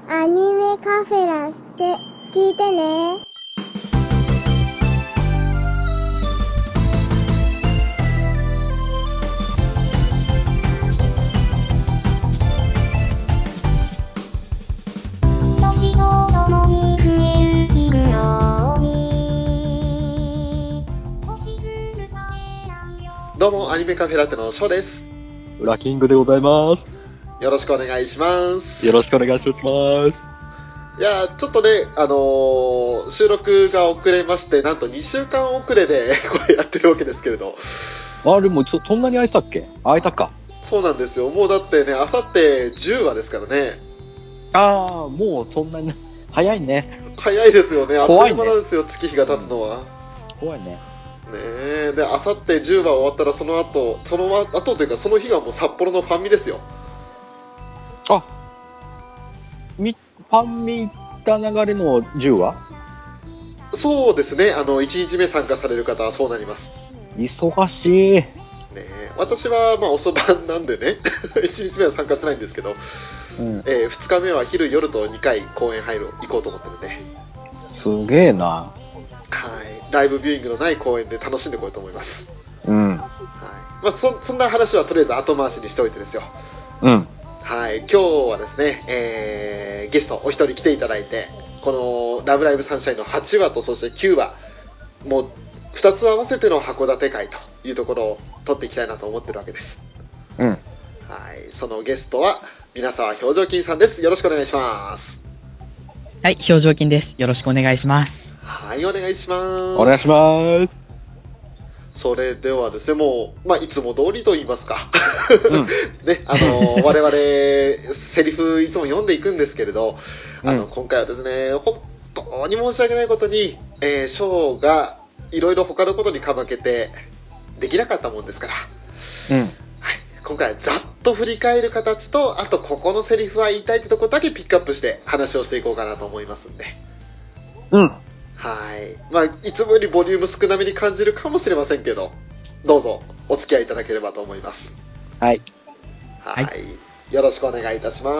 アニメカフェラって聞いてね。年とともに増える日のように星屑さえないように。 どうもアニメカフェラテのショーです。 ウラキングでございます。 よろしくお願いします。 よろしくお願いします。 いやちょっとね収録が遅れまして、なんと2週間遅れでこれやってるわけですけれど。 あれもうそんなに空いたっけ？空いたか。 そうなんですよ。もうだってね、あさって10話ですからね。 ああ、もうそんなに早いね。 早いですよね。あっと怖いうねい間なんですよ、月日が経つのは。 怖いね。 ねえ。で、あさって10話終わったらその後というかその日がもう札幌のファンミですよ。 あ、ファンミ行った流れの10話？ そうですね。1日目参加される方はそうなります。 忙しい。 ね、私はまあ遅番なんでね1日目は参加してないんですけど、2日目は昼夜と2回公演行こうと思ってるんで、 すげえな。 はい、ライブビューイングのない公演で楽しんでこようと思います。 うん。 はい、まあ、そんな話はとりあえず後回しにしておいてですよ。 うん。 はい、今日はですね、ゲストお一人来ていただいて、この「ラブライブサンシャイン」の8話とそして9話もう2つ合わせての函館会というところを撮っていきたいなと思ってるわけです。 うん。 はい、そのゲストは皆沢表情筋さんです。よろしくお願いします。 はい、表情筋です。よろしくお願いします。 はい、お願いします。 お願いします。 それではですね、もう、まあ、いつも通りと言いますか、 うん、 ね、我々セリフいつも読んでいくんですけれど、今回はですね、本当に申し訳ないことに、ショーがいろいろ他のことにかまけてできなかったもんですから、 うん、 はい、今回はざっと振り返る形と、あとここのセリフは言いたいってところだけピックアップして話をしていこうかなと思いますんで。 うん。 はい。まあ、いつもよりボリューム少なめに感じるかもしれませんけど、どうぞお付き合いいただければと思います。 はい。 はい。よろしくお願いいたします。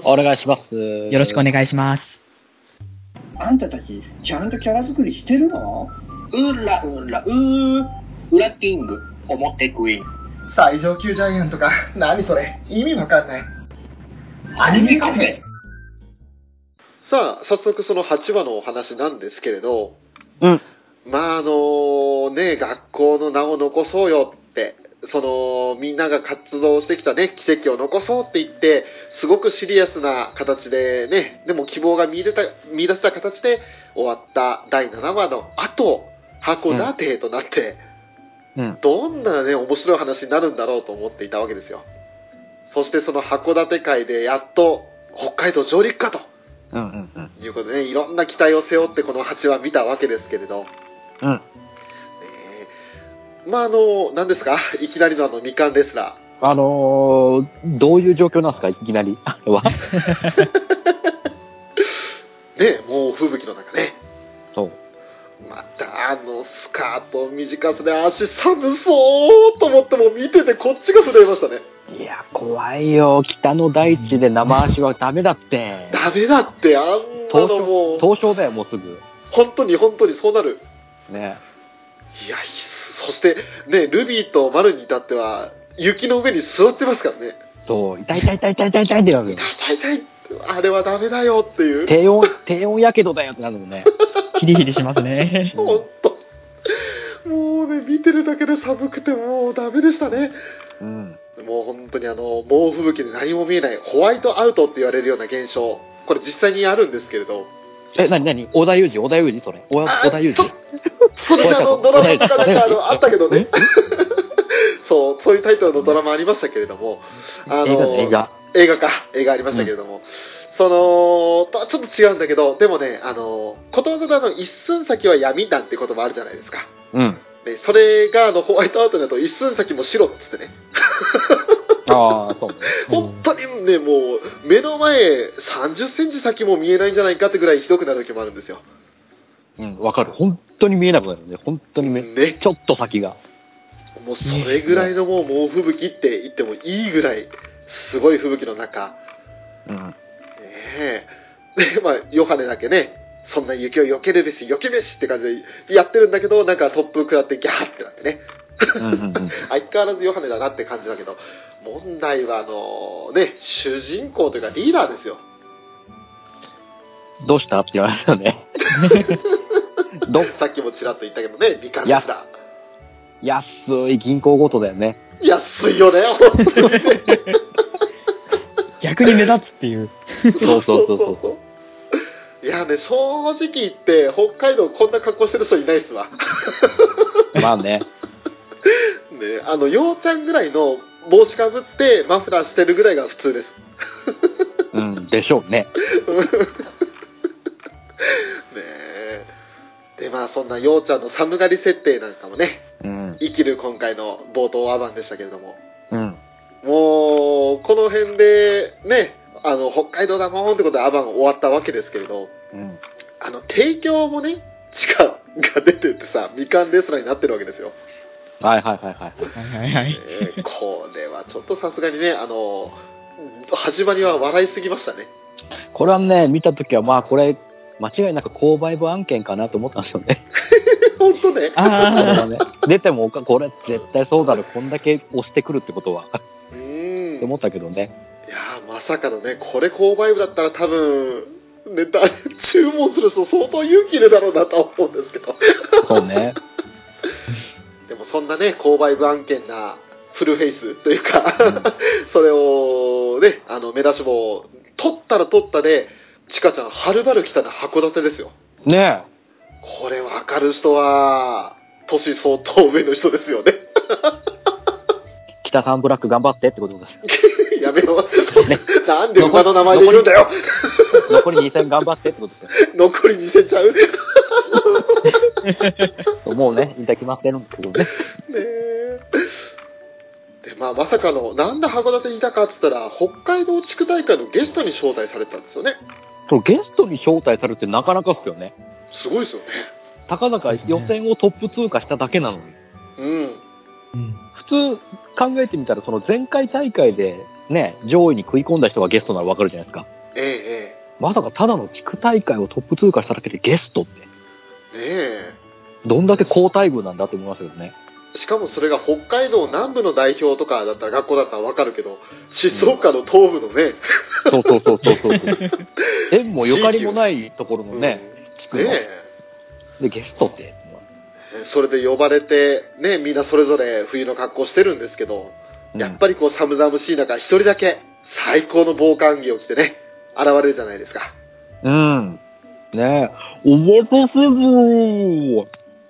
お願いします。 よろしくお願いします。 あんたたち、ちゃんとキャラ作りしてるの？ うらうらう裏キング表クイーン最上級ジャイアントか。何それ、意味わかんない。 アニメカフェ。 さあ、早速その8話のお話なんですけれど、 うん。 まあね、学校の名を残そうよって、みんなが活動してきたね、奇跡を残そうって言って、すごくシリアスな形でね、でも希望が見出せた形で終わった第7話の後、函館となって、どんなね、面白い話になるんだろうと思っていたわけですよ。そしてその函館会でやっと北海道上陸かと。いうことでね、いろんな期待を背負ってこの8話見たわけですけれど。まあ何ですか、いきなりのみかんレスラー。 どういう状況なんですか、いきなり。はね、もう吹雪の中ね。 そう。 またスカート短さで足寒そうと思っても見ててこっちが震えましたね。 いや、怖いよ。北の大地で生足はダメだって。 ダメだって、あんなのもう。 凍傷だよ、もうすぐ。 本当にそうなる。 ね。 いや、そしてね、ルビーとマルに至っては雪の上に座ってますからね。 そう、痛いってなるよ。 痛い、あれはダメだよっていう。 低温やけどだよってなるのね。 ヒリヒリしますね。 本当。もうね、見てるだけで寒くてもうダメでしたね。もう本当に猛吹雪で何も見えないホワイトアウトって言われるような現象、これ実際にあるんですけれど。 何織田裕二それ。織田裕二それドラマとかなんかあったけどね。そういうタイトルのドラマありましたけれども、映画ありましたけれども、ちょっと違うんだけど、でもね、ことわざの一寸先は闇なんて言葉あるじゃないですか。それがホワイトアウトだと一寸先も白っつってね。 ああ、そうね。 本当にね、もう目の前30センチ先も見えないんじゃないかってぐらいひどくなる時もあるんですよ。 わかる。本当に見えなくなるね。本当にね、ちょっと先が。 もうそれぐらいのもう猛吹雪って言ってもいいぐらいすごい吹雪の中。 で、まあ、ヨハネだけね、そんな雪を避けるべし、避けべしって感じでやってるんだけど、なんか突風食らってギャーってなってね。相変わらずヨハネだなって感じだけど、問題はね、主人公というかリーダーですよ。 どうしたって言われるよね。 さっきもちらっと言ったけどね、美観ですら。 安い銀行ごとだよね。 安いよね、本当にね。 逆に目立つっていう。 そうそうそうそう。 いやね、正直言って、北海道こんな格好してる人いないっすわ。 まあね。 ね、ようちゃんぐらいの帽子かぶってマフラーしてるぐらいが普通です。 うん、でしょうね。 ねえ。で、まあそんなようちゃんの寒がり設定なんかもね、生きる今回の冒頭アバンでしたけれども、もう、この辺でね、北海道だもんってことでアバン終わったわけですけれど、提供もね、地下が出てってさ、みかんレスラーになってるわけですよ。 はい。 これはちょっとさすがにね、始まりは笑いすぎましたね。 これはね、見たときはまあこれ、間違いなく購買部案件かなと思ったんですよね。 本当ね。 出てもこれ絶対そうだろ、こんだけ押してくるってことは。って思ったけどね。 いやまさかのね、これ購買部だったら多分、ネタ注文する人相当勇気いるだろうなと思うんですけど。 そうね。 でもそんなね、購買部案件なフルフェイスというか、それをね、目出し帽を取ったら取ったで、ちかちゃんはるばる来たの函館ですよ。 ねえ。 これ分かる人は、年相当上の人ですよね。 北サンブラック頑張ってってことです。 やめろ。なんで馬の名前で言うんだよ。 残り2戦頑張ってってことですよ。 残り2戦ちゃうもうね、引退決まってるんですけどね。 で、まあまさかの、なんで函館にいたかっつったら、北海道地区大会のゲストに招待されたんですよね。 そう、ゲストに招待されるってなかなかっすよね。 すごいですよね。 たかだか予選をトップ通過しただけなのに。普通考えてみたら、その前回大会でね、上位に食い込んだ人がゲストならわかるじゃないですか。まさかただの地区大会をトップ通過しただけでゲストって。どんだけ好待遇なんだって思いますよね。 しかもそれが北海道南部の代表とかだったら学校だったらわかるけど、静岡の東部のね。 そう。縁もゆかりもないところのね、地区の。で、ゲストって。 それで呼ばれて、ね、みんなそれぞれ冬の格好してるんですけど、やっぱりこう寒々しい中、一人だけ最高の防寒着を着てね、現れるじゃないですか。 ねえ、お待たせぞ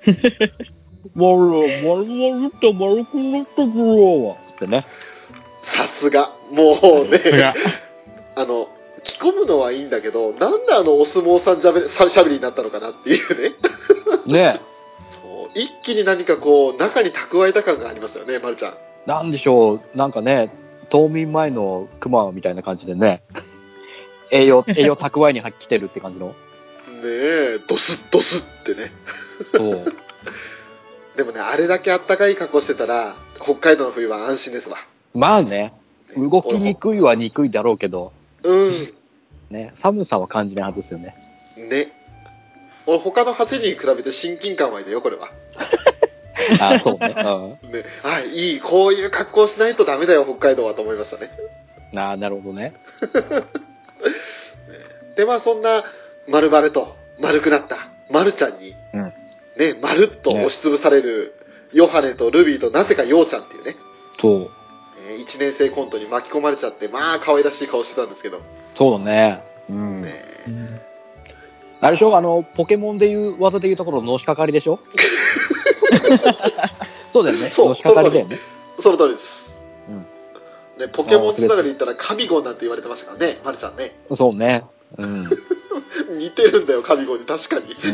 丸と丸くなったぞってね。 さすが、もうね、着込むのはいいんだけど、なんでお相撲さんしゃべりになったのかなっていうね。 ねえ。 一気に何かこう、中に蓄えた感がありますよね、まるちゃん。 なんでしょう、なんかね、冬眠前のクマみたいな感じでね、栄養蓄えに来てるって感じの。ねえ、ドスってね。そう。でもね、あれだけあったかい格好してたら、北海道の冬は安心ですわ。 まあね、動きにくいはにくいだろうけど、ね、寒さは感じないはずですよね。 ね。俺他の8人に比べて親近感湧いたよ、これは。 そうね。 ね、いい、こういう格好しないとダメだよ、北海道はと思いましたね。 なるほどね。 で、まあそんな、丸々と、丸くなった、丸ちゃんに、ね、丸っと押しつぶされる、ヨハネとルビーとなぜかヨウちゃんっていうね。 そう。 1年生コントに巻き込まれちゃって、まあ可愛らしい顔してたんですけど。 そうだね。あれでしょ、ポケモンでいう技でいうところののしかかりでしょそうだよね。のしかかりだよね。 その通りです。ね、ポケモンつながりで言ったらカビゴンなんて言われてましたからね、まるちゃんね。 そうね。 似てるんだよ、カビゴンに、確かに。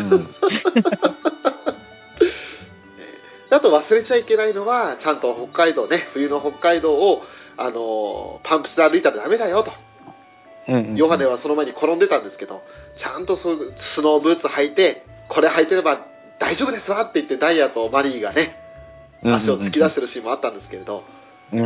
あと忘れちゃいけないのは、ちゃんと北海道ね、冬の北海道を、パンプスで歩いたらダメだよと。ヨハネはその前に転んでたんですけど、ちゃんとスノーブーツ履いて、これ履いてれば大丈夫ですわって言って、ダイヤとマリーがね、足を突き出してるシーンもあったんですけれど、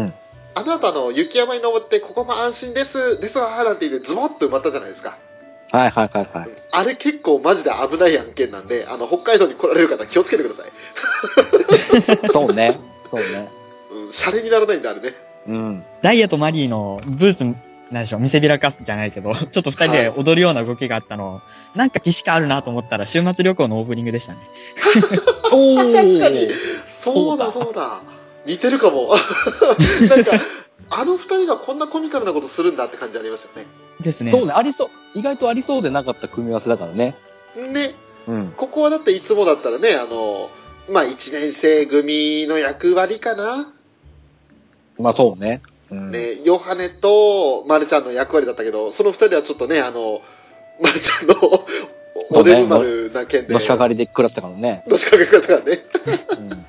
あの後雪山に登って、ここも安心ですわーなんて言ってズボッと埋まったじゃないですか。 はいはいはいはい。 あれ結構マジで危ない案件なんで、北海道に来られる方気をつけてください。 そうね。そうね。 シャレにならないんで、あれね。 うん。 ダイヤとマリーのブーツ、なんでしょう、見せびらかすじゃないけど、ちょっと二人で踊るような動きがあったの、なんか既視感あるなと思ったら、週末旅行のオープニングでしたね。 おー確かに。そうだそうだ。似てるかも。なんか、あの二人がこんなコミカルなことするんだって感じありますよね。 ですね。 そうね、ありそう。意外とありそうでなかった組み合わせだからね。 ね。 うん。 ここはだっていつもだったらね、まあ、1年生組の役割かな。 まあそうね。うん、 ね、ヨハネとマルちゃんの役割だったけど、その二人はちょっとね、マルちゃんのおデブ丸な件で。 のしかかりで食らったからね。 のしかかりくらったからね。 うん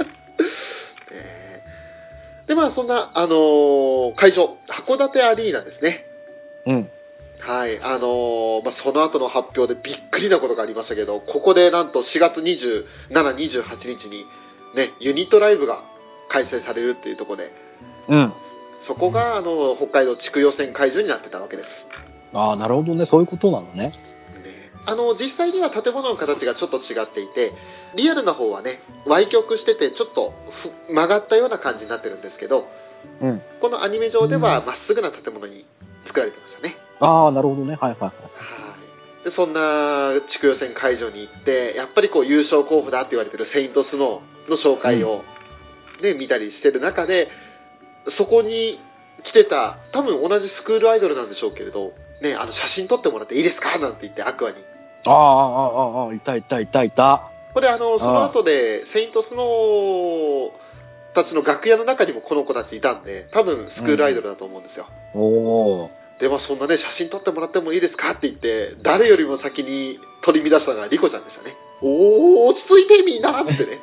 で、まあ、そんな、会場、函館アリーナですね。 うん。 はい。まあ、その後の発表でびっくりなことがありましたけど、ここでなんと4月27、28日に、ね、ユニットライブが開催されるっていうところで、 うん。 そこが、北海道地区予選会場になってたわけです。 ああ、なるほどね。そういうことなのね。 実際には建物の形がちょっと違っていて、リアルな方はね、歪曲してて、ちょっと曲がったような感じになってるんですけど、 うん。 このアニメ上ではまっすぐな建物に作られてましたね。 ああ、なるほどね。はいはいはい。 で、そんな地区予選会場に行って、やっぱりこう優勝候補だって言われてるセイントスノーの紹介をね、見たりしてる中で、そこに来てた、多分同じスクールアイドルなんでしょうけれど、ね、写真撮ってもらっていいですかなんて言ってアクアに。 ああ、いたいたいたいた。 これその後で、セイントスノーたちの楽屋の中にもこの子たちいたんで、多分スクールアイドルだと思うんですよ。 おお。 で、まあそんなね、写真撮ってもらってもいいですかって言って、誰よりも先に取り乱したのがリコちゃんでしたね。おー、落ち着いてみんなってね。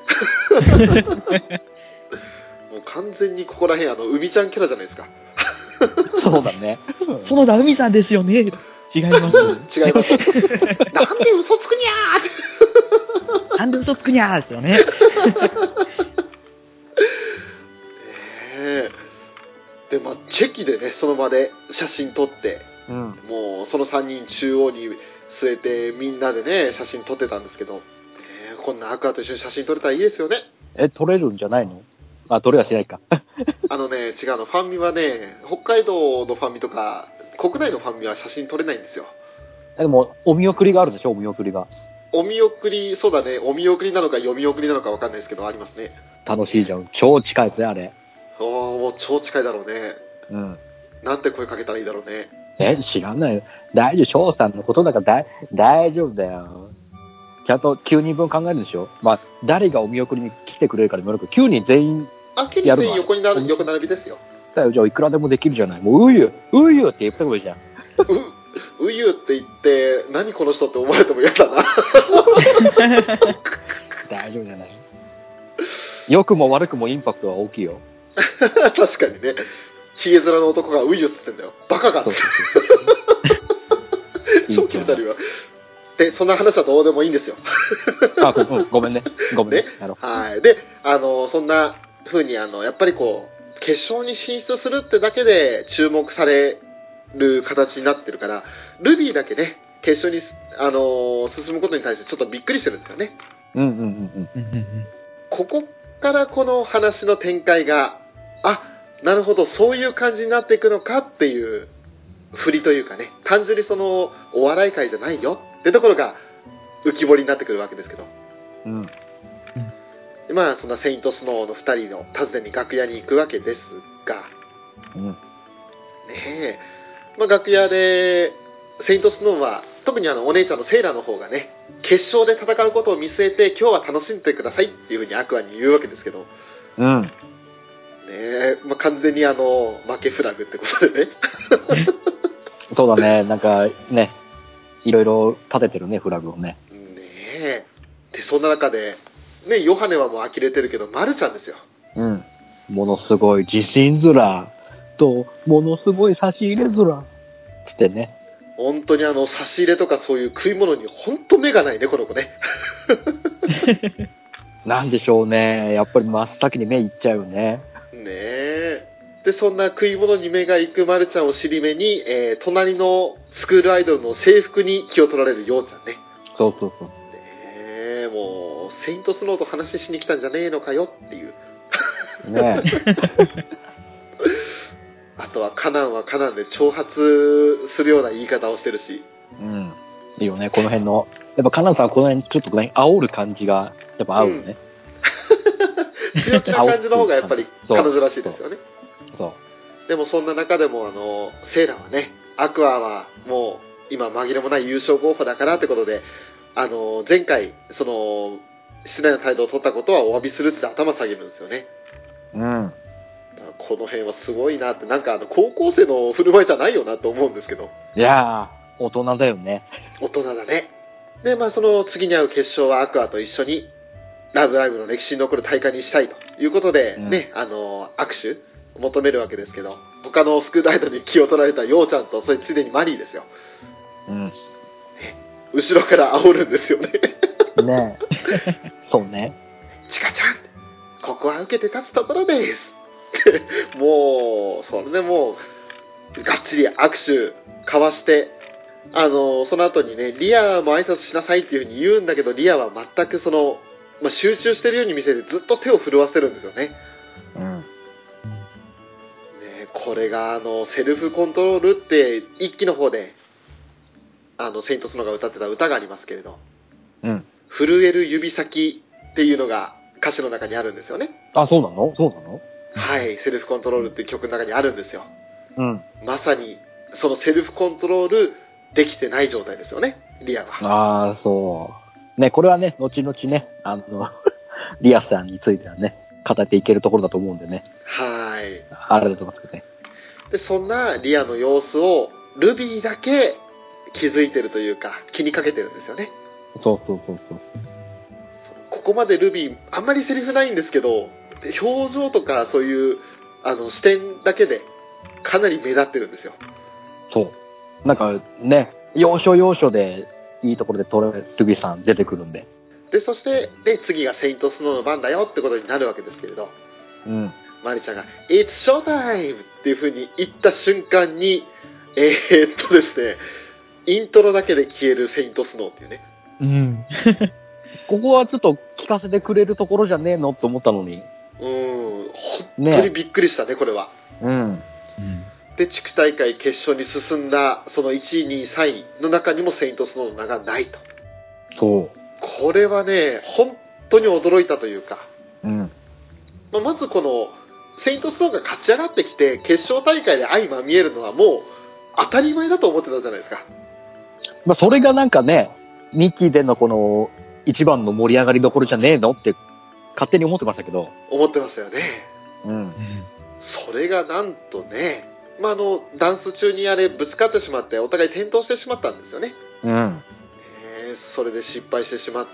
もう完全にここら辺、海ちゃんキャラじゃないですか。 そうだね。 園田海さんですよね。違います。 違います。なんで嘘つくにゃーって。 なんで嘘つくにゃーですよね。 で、まあ、チェキでね、その場で写真撮って、 うん、 もうその3人中央に据えてみんなでね、写真撮ってたんですけど、こんなアクアと一緒に写真撮れたらいいですよね。 撮れるんじゃないの？あ、撮れはしないか。 違うの、ファンミはね、北海道のファンミとか、国内のファンミは写真撮れないんですよ。 でも、お見送りがあるでしょ、お見送りが。 お見送り、そうだね、お見送りなのか読み送りなのか分かんないですけど、ありますね。 楽しいじゃん。超近いですね、あれ。 もう超近いだろうね。 うん。 なんて声かけたらいいだろうね。 知らないよ。大丈夫、翔さんのことだから大丈夫だよ。ちゃんと9人分考えるんでしょ。まあ、誰がお見送りに来てくれるかにもよるけど、9人全員 9人全員横並びですよ。 だよ、じゃあいくらでもできるじゃない。もう、うゆって言ったことじゃん。 うゆって言って、何この人って思われても嫌だな。 大丈夫じゃない。良くも悪くもインパクトは大きいよ。 確かにね。ヒゲ面の男がうゆっつってんだよ。バカが。超気持ち悪いわ。で、そんな話はどうでもいいんですよ。 ごめんね。ごめんね。 はい。で、そんな風に、やっぱりこう、決勝に進出するってだけで注目される形になってるから、ルビーだけね、決勝に、進むことに対してちょっとびっくりしてるんですよね。ここからこの話の展開が、なるほど、そういう感じになっていくのかっていう振りというかね、単純にお笑い界じゃないよってところが浮き彫りになってくるわけですけど。で、まあ、そんなセイントスノーの2人の訪ねに楽屋に行くわけですが、ねえ、まあ、楽屋で、セイントスノーは、特にお姉ちゃんのセイラの方がね、決勝で戦うことを見据えて、今日は楽しんでくださいっていうふうにアクアに言うわけですけど、ねえ、まあ、完全に負けフラグってことでね。 そうだね、なんかね、いろいろ立ててるね、フラグをね。 ねえ。で、そんな中で、ね、ヨハネはもう呆れてるけど、マルちゃんですよ。 ものすごい自信面と、ものすごい差し入れ面つってね。 本当に差し入れとかそういう食い物に本当目がないね、この子ね。 なんでしょうね。やっぱり真っ先に目いっちゃうよね。 ねえ。 で、そんな食い物に目が行くまるちゃんを尻目に、隣のスクールアイドルの制服に気を取られるようちゃんね。 そうそうそう。 もう、セイントスノーと話しに来たんじゃねえのかよっていう。 ねあとはカナンはカナンで挑発するような言い方をしてるし。 うん。いいよね、この辺の。やっぱカナンさんはこの辺ちょっとね、煽る感じが、やっぱ合うよね。 強気な感じの方がやっぱり彼女らしいですよね。 そう。 でもそんな中でもセイラはね、アクアはもう今紛れもない優勝候補だからってことで、前回、失礼な態度を取ったことはお詫びするって頭下げるんですよね。 うん。 この辺はすごいなって、なんか高校生の振る舞いじゃないよなと思うんですけど。 いやー、大人だよね。 大人だね。で、その次に会う決勝はアクアと一緒に、ラブライブの歴史に残る大会にしたいということで、ね、握手求めるわけですけど、他のスクールアイドルに気を取られたヨウちゃんと、それついでにマリーですよ。 うん。 後ろから煽るんですよね。 ねえ。そうね。 チカちゃん、ここは受けて立つところです。もう、それでもう、がっちり握手交わして、その後にね、リアも挨拶しなさいっていうふうに言うんだけど、リアは全く集中してるように見せてずっと手を震わせるんですよね。 うん。 ね、これがセルフコントロールって一期の方で、セイントスノーが歌ってた歌がありますけれど、 うん。 震える指先っていうのが歌詞の中にあるんですよね。 あ、そうなの？そうなの？ はい、セルフコントロールっていう曲の中にあるんですよ。 うん。 まさに、そのセルフコントロールできてない状態ですよね、リアは。 ああ、そう。ね、これはね、後々ね、リアさんについてはね、語っていけるところだと思うんでね。 はい。 あれだと思いますけどね。で、 そんなリアの様子を、ルビーだけ気づいてるというか、気にかけてるんですよね。 そうそうそうそう。 ここまでルビー、あんまりセリフないんですけど、表情とかそういう、視点だけで、かなり目立ってるんですよ。 そう。なんかね、要所要所で、いいところでルビーさん出てくるんで。 で、そして、で、次がセイントスノーの番だよってことになるわけですけれど、 うん。 マリちゃんが、It's showtime! っていう風に言った瞬間に、ですね、イントロだけで消えるセイントスノーっていうね。 うん。 ここはちょっと聞かせてくれるところじゃねえのって思ったのに。 本当にびっくりしたね、これは。 うん。 で、地区大会決勝に進んだ、その1位、2位、3位の中にもセイントスノーの名がないと。 そう。 これはね、本当に驚いたというか。 うん。 まずこの、セイントスノーが勝ち上がってきて、決勝大会で相まみえるのはもう、当たり前だと思ってたじゃないですか。 それがなんかね、2期でのこの、一番の盛り上がりどころじゃねえのって勝手に思ってましたけど。 思ってましたよね。 うん。 それがなんとね、ダンス中にぶつかってしまってお互い転倒してしまったんですよね。 うん。 それで失敗してしまって、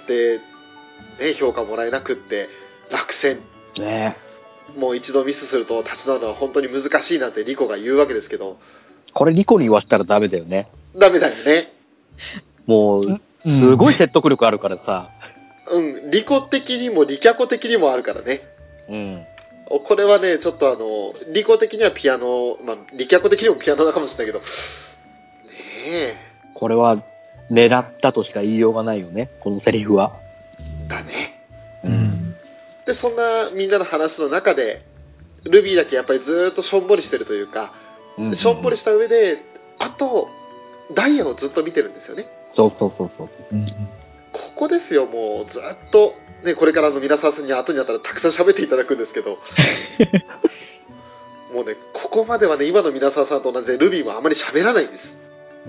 ね、評価もらえなくって落選。 ねもう一度ミスすると立ち直るのは本当に難しいなんてリコが言うわけですけど。 これリコに言わせたらダメだよね。 ダメだよね。 もう、すごい説得力あるからさ。 うん、リコ的にもリキャコ的にもあるからね。 うん。 これはね、ちょっとリコ的にはピアノ、リキャコ的にもピアノだかもしれないけど、ねえ。 これは、狙ったとしか言いようがないよね、このセリフは。 だね。 うん。 で、そんなみんなの話の中で、ルビーだけやっぱりずーっとしょんぼりしてるというか、しょんぼりした上で、あと、ダイヤをずっと見てるんですよね。 そうそうそうそう。 ここですよ、もうずっと、ね、これからの皆さんに後になったらたくさん喋っていただくんですけど、もうね、ここまではね、今の皆さんと同じで、ルビーもあまり喋らないんです。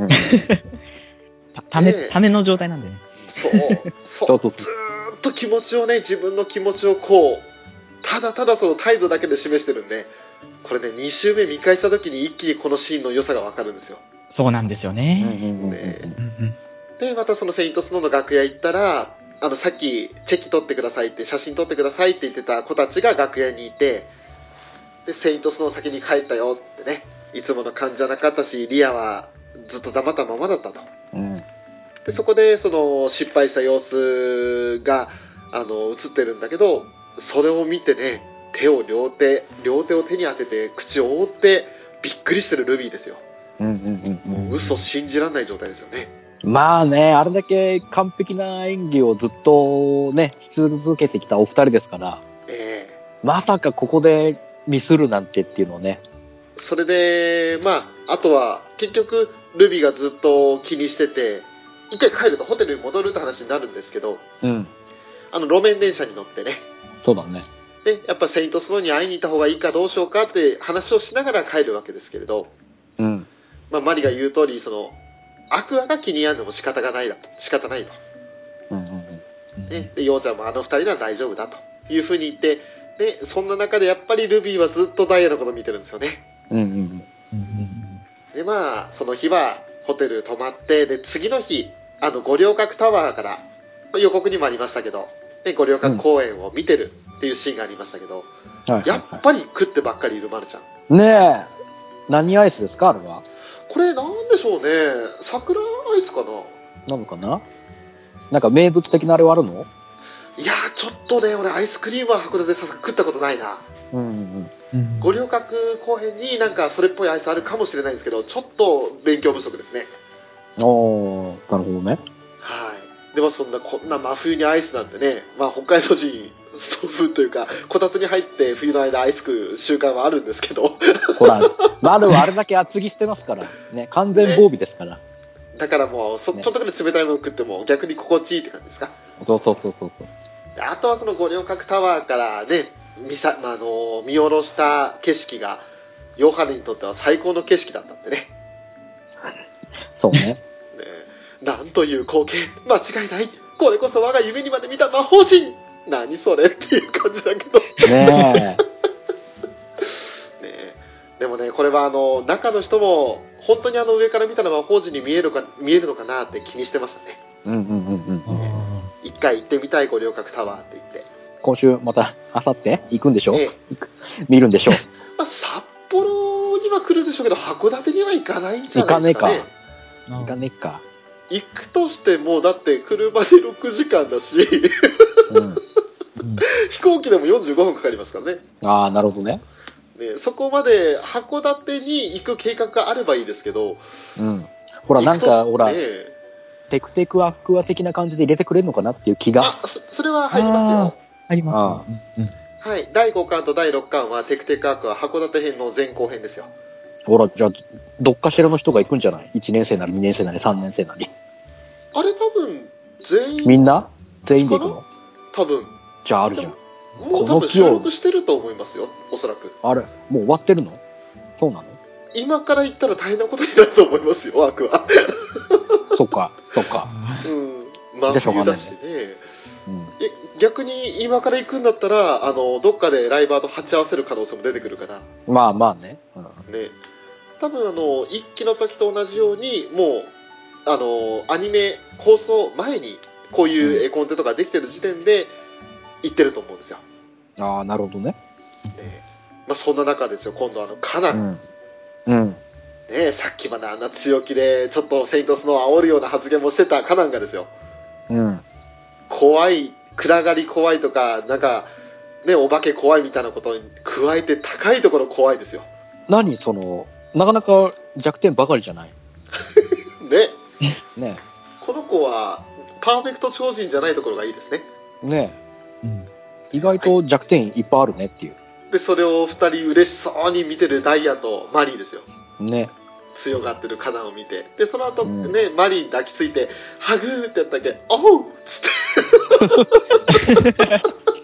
ための状態なんでね。 そう、ずーっと気持ちをね、自分の気持ちをただただその態度だけで示してるんで、これね、2週目見返した時に一気にこのシーンの良さがわかるんですよ。 そうなんですよね。 で、またそのセイントスノーの楽屋行ったら、さっきチェキ撮ってくださいって、写真撮ってくださいって言ってた子たちが楽屋にいて、で、セイントスノー先に帰ったよってね、いつもの感じじゃなかったし、リアはずっと黙ったままだったと。で、そこでその失敗した様子が、映ってるんだけど、それを見てね、 両手を手に当てて口を覆ってびっくりしてるルビーですよ。もう嘘信じられない状態ですよね。 まあね、あれだけ完璧な演技をずっとね、し続けてきたお二人ですから、まさかここでミスるなんてっていうのをね。 それで、まあ、あとは結局ルビーがずっと気にしてて、一回帰るとホテルに戻るって話になるんですけど、路面電車に乗ってね。 そうだね。 で、やっぱセイントスノーに会いに行った方がいいかどうしようかって話をしながら帰るわけですけれど、まあ、マリが言う通り、アクアが気に病んでも仕方ないと。で、ヨウちゃんもあの二人は大丈夫だというふうに言って、で、そんな中でやっぱりルビーはずっとダイヤのことを見てるんですよね。で、まあ、その日はホテル泊まって、で、次の日、五稜郭タワーから、予告にもありましたけど、ね、五稜郭公園を見てるっていうシーンがありましたけど、やっぱり食ってばっかりいるマルちゃん。 ねえ。何アイスですかあれは。 これなんでしょうね。桜アイスかな。 なのかな。なんか名物的なあれはあるの？ いやー、ちょっとね、俺アイスクリームは函館で食ったことないな。五稜郭公園になんかそれっぽいアイスあるかもしれないんですけど、ちょっと勉強不足ですね。 なるほどね。 はい。でもこんな真冬にアイスなんてね、まあ北海道人ストーブというかこたつに入って冬の間アイス食う習慣はあるんですけど、 ほら、マルはあれだけ厚着してますからね、完全防備ですから、ね、 だからもうちょっとぐらい冷たいもの食っても逆に心地いいって感じですか。 そう。 あとはその五稜郭タワーからね、見下ろした景色がヨハネにとっては最高の景色だったんでね。 そうね。 なんという光景、間違いない。これこそ我が夢にまで見た魔法陣。何それっていう感じだけどねえでもね、これは中の人も本当に上から見たら魔法陣に見えるのかなって気にしてましたね。一回行ってみたい五稜郭タワーって言って、 今週また明後日行くんでしょ、見るんでしょう。 まあ、札幌には来るでしょうけど函館には行かないんじゃないですかね。 行かねえか。 行くとしてもだって車で6時間だし、飛行機でも45分かかりますからね。 ああ、なるほどね。 そこまで函館に行く計画があればいいですけど、 ほらなんかほら、テクテクアクア的な感じで入れてくれるのかなっていう気が。 それは入りますよ。 入ります。 はい、第5巻と第6巻はテクテクアクア函館編の前後編ですよ。 ほら、じゃあどっかしらの人が行くんじゃない？ 1 年生なり2年生なり3年生なり。 あれ多分全員みんな全員で行くの？ 多分。 じゃああるじゃん。 もう多分収録してると思いますよ、おそらく。 あれもう終わってるの？そうなの？ 今から行ったら大変なことになると思いますよ、アクは。 そっか。 真冬だしね。逆に今から行くんだったらどっかでライバーと鉢合わせる可能性も出てくるから。 まあね。 多分一期の時と同じようにもうアニメ放送前にこういう絵コンテとかできてる時点で行ってると思うんですよ。 ああ、なるほどね。 まあそんな中ですよ、今度カナン。さっきまであんな強気でちょっとセイントスノーを煽るような発言もしてたカナンがですよ。怖い、暗がり怖いとか、なんかね、お化け怖いみたいなことに加えて高いところ怖いですよ。 何なかなか弱点ばかりじゃないね。この子はパーフェクト超人じゃないところがいいですね。 意外と弱点いっぱいあるねっていう。 でそれを2人嬉しそうに見てるダイヤとマリーですよ。強がってるカナンを見て、でその後ね、マリーに抱きついてハグーってやったっけ、おうっつって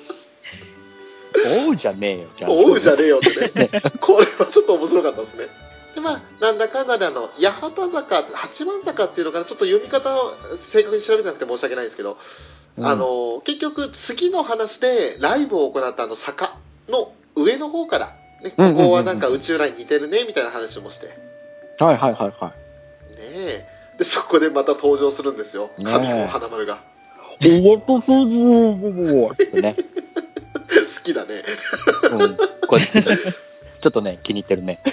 おうじゃねえよ。 おうじゃねえよってね。これはちょっと面白かったですね。でまあなんだかんだで八幡坂八幡坂っていうのかな、ちょっと読み方を正確に調べなくて申し訳ないんですけど、結局次の話でライブを行った坂の上の方から、ね、ここはなんか宇宙ライン似てるねみたいな話もして、でそこでまた登場するんですよ、神の花丸が。好きだね。 これちょっとね気に入ってるね。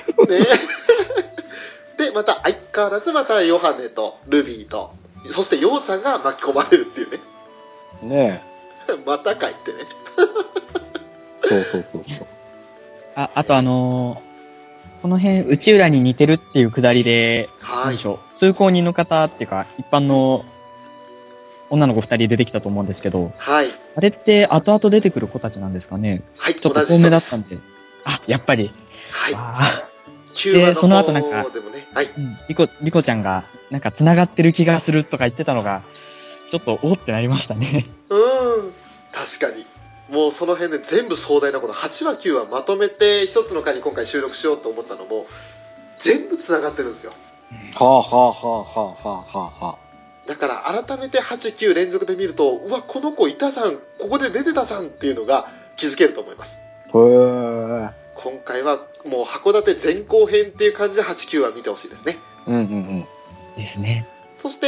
でまた相変わらずまたヨハネとルビーとそしてヨウちゃんが巻き込まれるっていうね。またかいってね。 そうそうそう。 あとこの辺、内浦に似てるっていうくだりで、 はいなんでしょう、通行人の方っていうか、一般の女の子二人出てきたと思うんですけど、 はい。 あれって後々出てくる子たちなんですかね？ はい、 ちょっと同じ遠人です。 目だったんで。あ、やっぱり。 はい。 ああ。 9話のその後なんか方でもね、はい。 リコちゃんが、なんか繋がってる気がするとか言ってたのが、ちょっと、おってなりましたね。 確かに。もうその辺で全部壮大なこの8話9話まとめて一つの回に今回収録しようと思ったのも、全部繋がってるんですよ。 はあはあはあはあはあはあ。 だから改めて8、9連続で見ると、うわ、この子いたじゃん、ここで出てたじゃんっていうのが気づけると思います。 へー。 今回はもう函館前後編っていう感じで8、9話見てほしいですね。 うんうんうん。 ですね。 そして、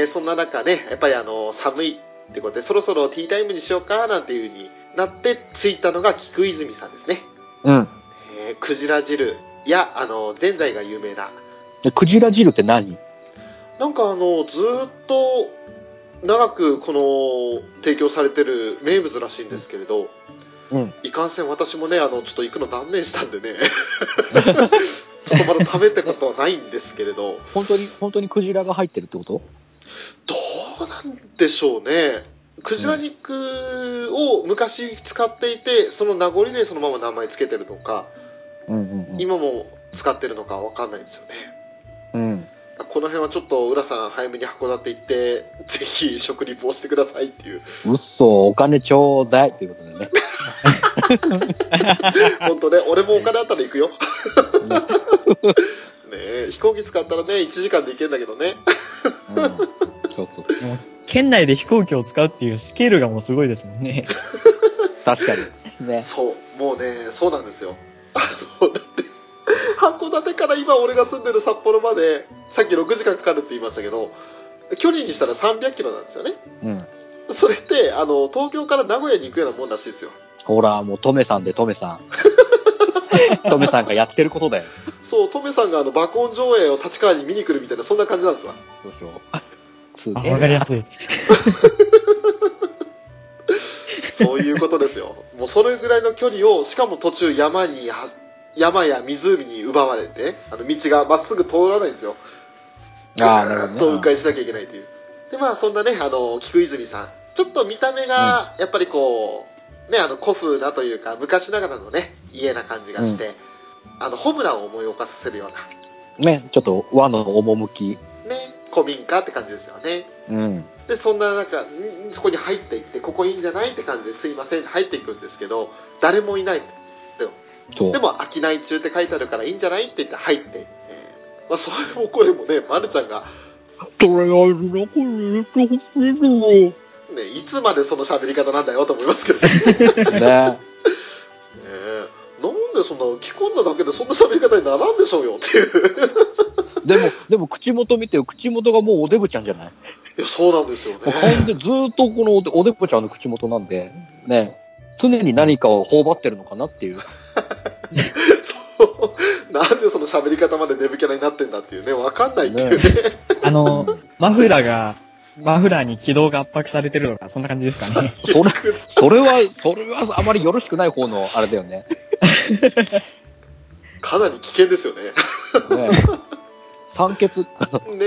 そんな中ね、やっぱり寒いってことで、そろそろティータイムにしようかなんていう風になってついたのが菊泉さんですね。 うん。 クジラ汁や、ぜんざいが有名な。 クジラ汁って何？ なんかずーっと長くこの提供されてる名物らしいんですけれど、 うん。 いかんせん私もね、ちょっと行くの断念したんでね、ちょっとまだ食べたことはないんですけれど、 本当にクジラが入ってるってこと？ どうなんでしょうね。クジラ肉を昔使っていて、その名残でそのまま名前つけてるのか、 うんうんうん。 今も使ってるのかわかんないんですよね。 うん。 この辺はちょっと浦さん早めに函館行ってぜひ食リポをしてくださいっていう。 嘘、お金ちょうだいということでね。 本当ね、俺もお金あったら行くよ。ねえ、飛行機使ったらね1時間で行けるんだけどね。 うん。そうそう。 でも県内で飛行機を使うっていうスケールがもうすごいですもんね。 確かに。ね。 そうもうね、そうなんですよ。だって函館から今俺が住んでる札幌までさっき6時間かかるって言いましたけど、距離にしたら300キロなんですよね。 うん。 それって東京から名古屋に行くようなもんらしいですよ。 ほら、もうトメさんでトメさん。トメさんがやってることだよ。 そう、トメさんが爆音上映を立川に見に来るみたいな、そんな感じなんですわ。 どうしよあ、わかりやすい。 そういうことですよ。もうそれぐらいの距離を、しかも途中山や湖に奪われて、道がまっすぐ通らないんですよ。 ああ、なるほどね。 と迂回しなきゃいけないという。で、まあそんなね、菊泉さん。ちょっと見た目が、やっぱりこう、ね、古風なというか、昔ながらのね、家な感じがして、ホムランを思い起こさせるような。 ね、ちょっと和の趣。 ね、古民家って感じですよね。 うん。 で、そんな中、そこに入っていって、ここいいんじゃないって感じですいませんって入っていくんですけど、誰もいないんですよ。 そう。 でも、商い中って書いてあるからいいんじゃないって言って入っていって、まあ、それもこれもね、まるちゃんが、 とりあえずどこに入れてほしいのよ。 ね、いつまでその喋り方なんだよと思いますけどね。 ね。 なんでそんな着込んだだけでそんな喋り方にならんでしょうよっていう。 でも口元見てよ、口元がもうおデブちゃんじゃない？ いや、そうなんですよね。 顔でずーっとこのおデブちゃんの口元なんで、ね、常に何かを頬張ってるのかなっていう。 そう。なんでその喋り方までデブキャラになってんだっていうね、わかんないっていうね。 マフラーに軌道が圧迫されてるのか、そんな感じですかね。 それはあまりよろしくない方のあれだよね。 かなり危険ですよね。 ね、酸欠。ね。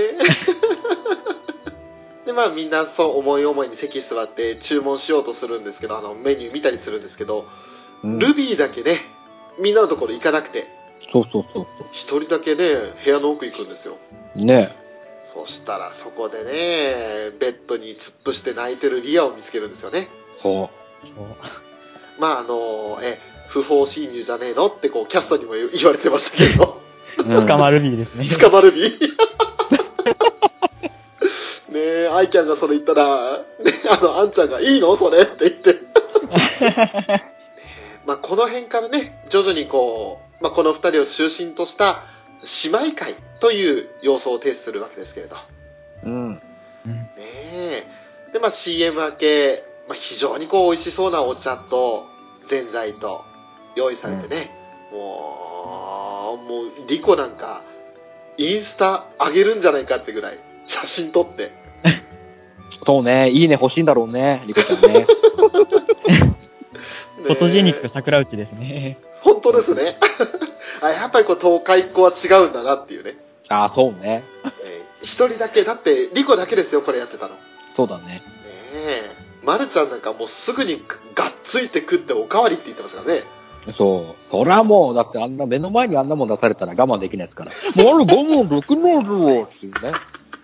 で、まあみんなそう思い思いに席座って注文しようとするんですけど、メニュー見たりするんですけど、ルビーだけね、みんなのところ行かなくて。 そう。 一人だけね、部屋の奥行くんですよ。 ね。 そしたらそこでね、ベッドに突っ伏して泣いてるリアを見つけるんですよね。 そう。 まあ不法侵入じゃねえのってこうキャストにも言われてましたけど。 捕まるビーですね。 捕まるビー。ねえ、アイキャンがそれ言ったら、ね、アンちゃんがいいのそれって言って。まあこの辺からね、徐々にこう、まあこの二人を中心とした姉妹会という要素を呈するわけですけれど。ねえ。で、まあ CM 明け、まあ非常にこう美味しそうなお茶と、ぜんざいと用意されてね、もうリコなんかインスタ上げるんじゃないかってぐらい写真撮ってそうね、いいね欲しいんだろうね、リコちゃんね。 こっォトジェニック桜内ですね。 本当ですね。やっぱりこう東海っ子は違うんだなっていうね。 ああ、そうね。 一人だけ、だってリコだけですよ、これやってたの。 そうだね。 ねえ。まるちゃんなんかもうすぐにがっついて食っておかわりって言ってましたからね。 そう。そりゃもう、だってあんな目の前にあんなもん出されたら我慢できないですから。もうあれ5問6問6っていうね。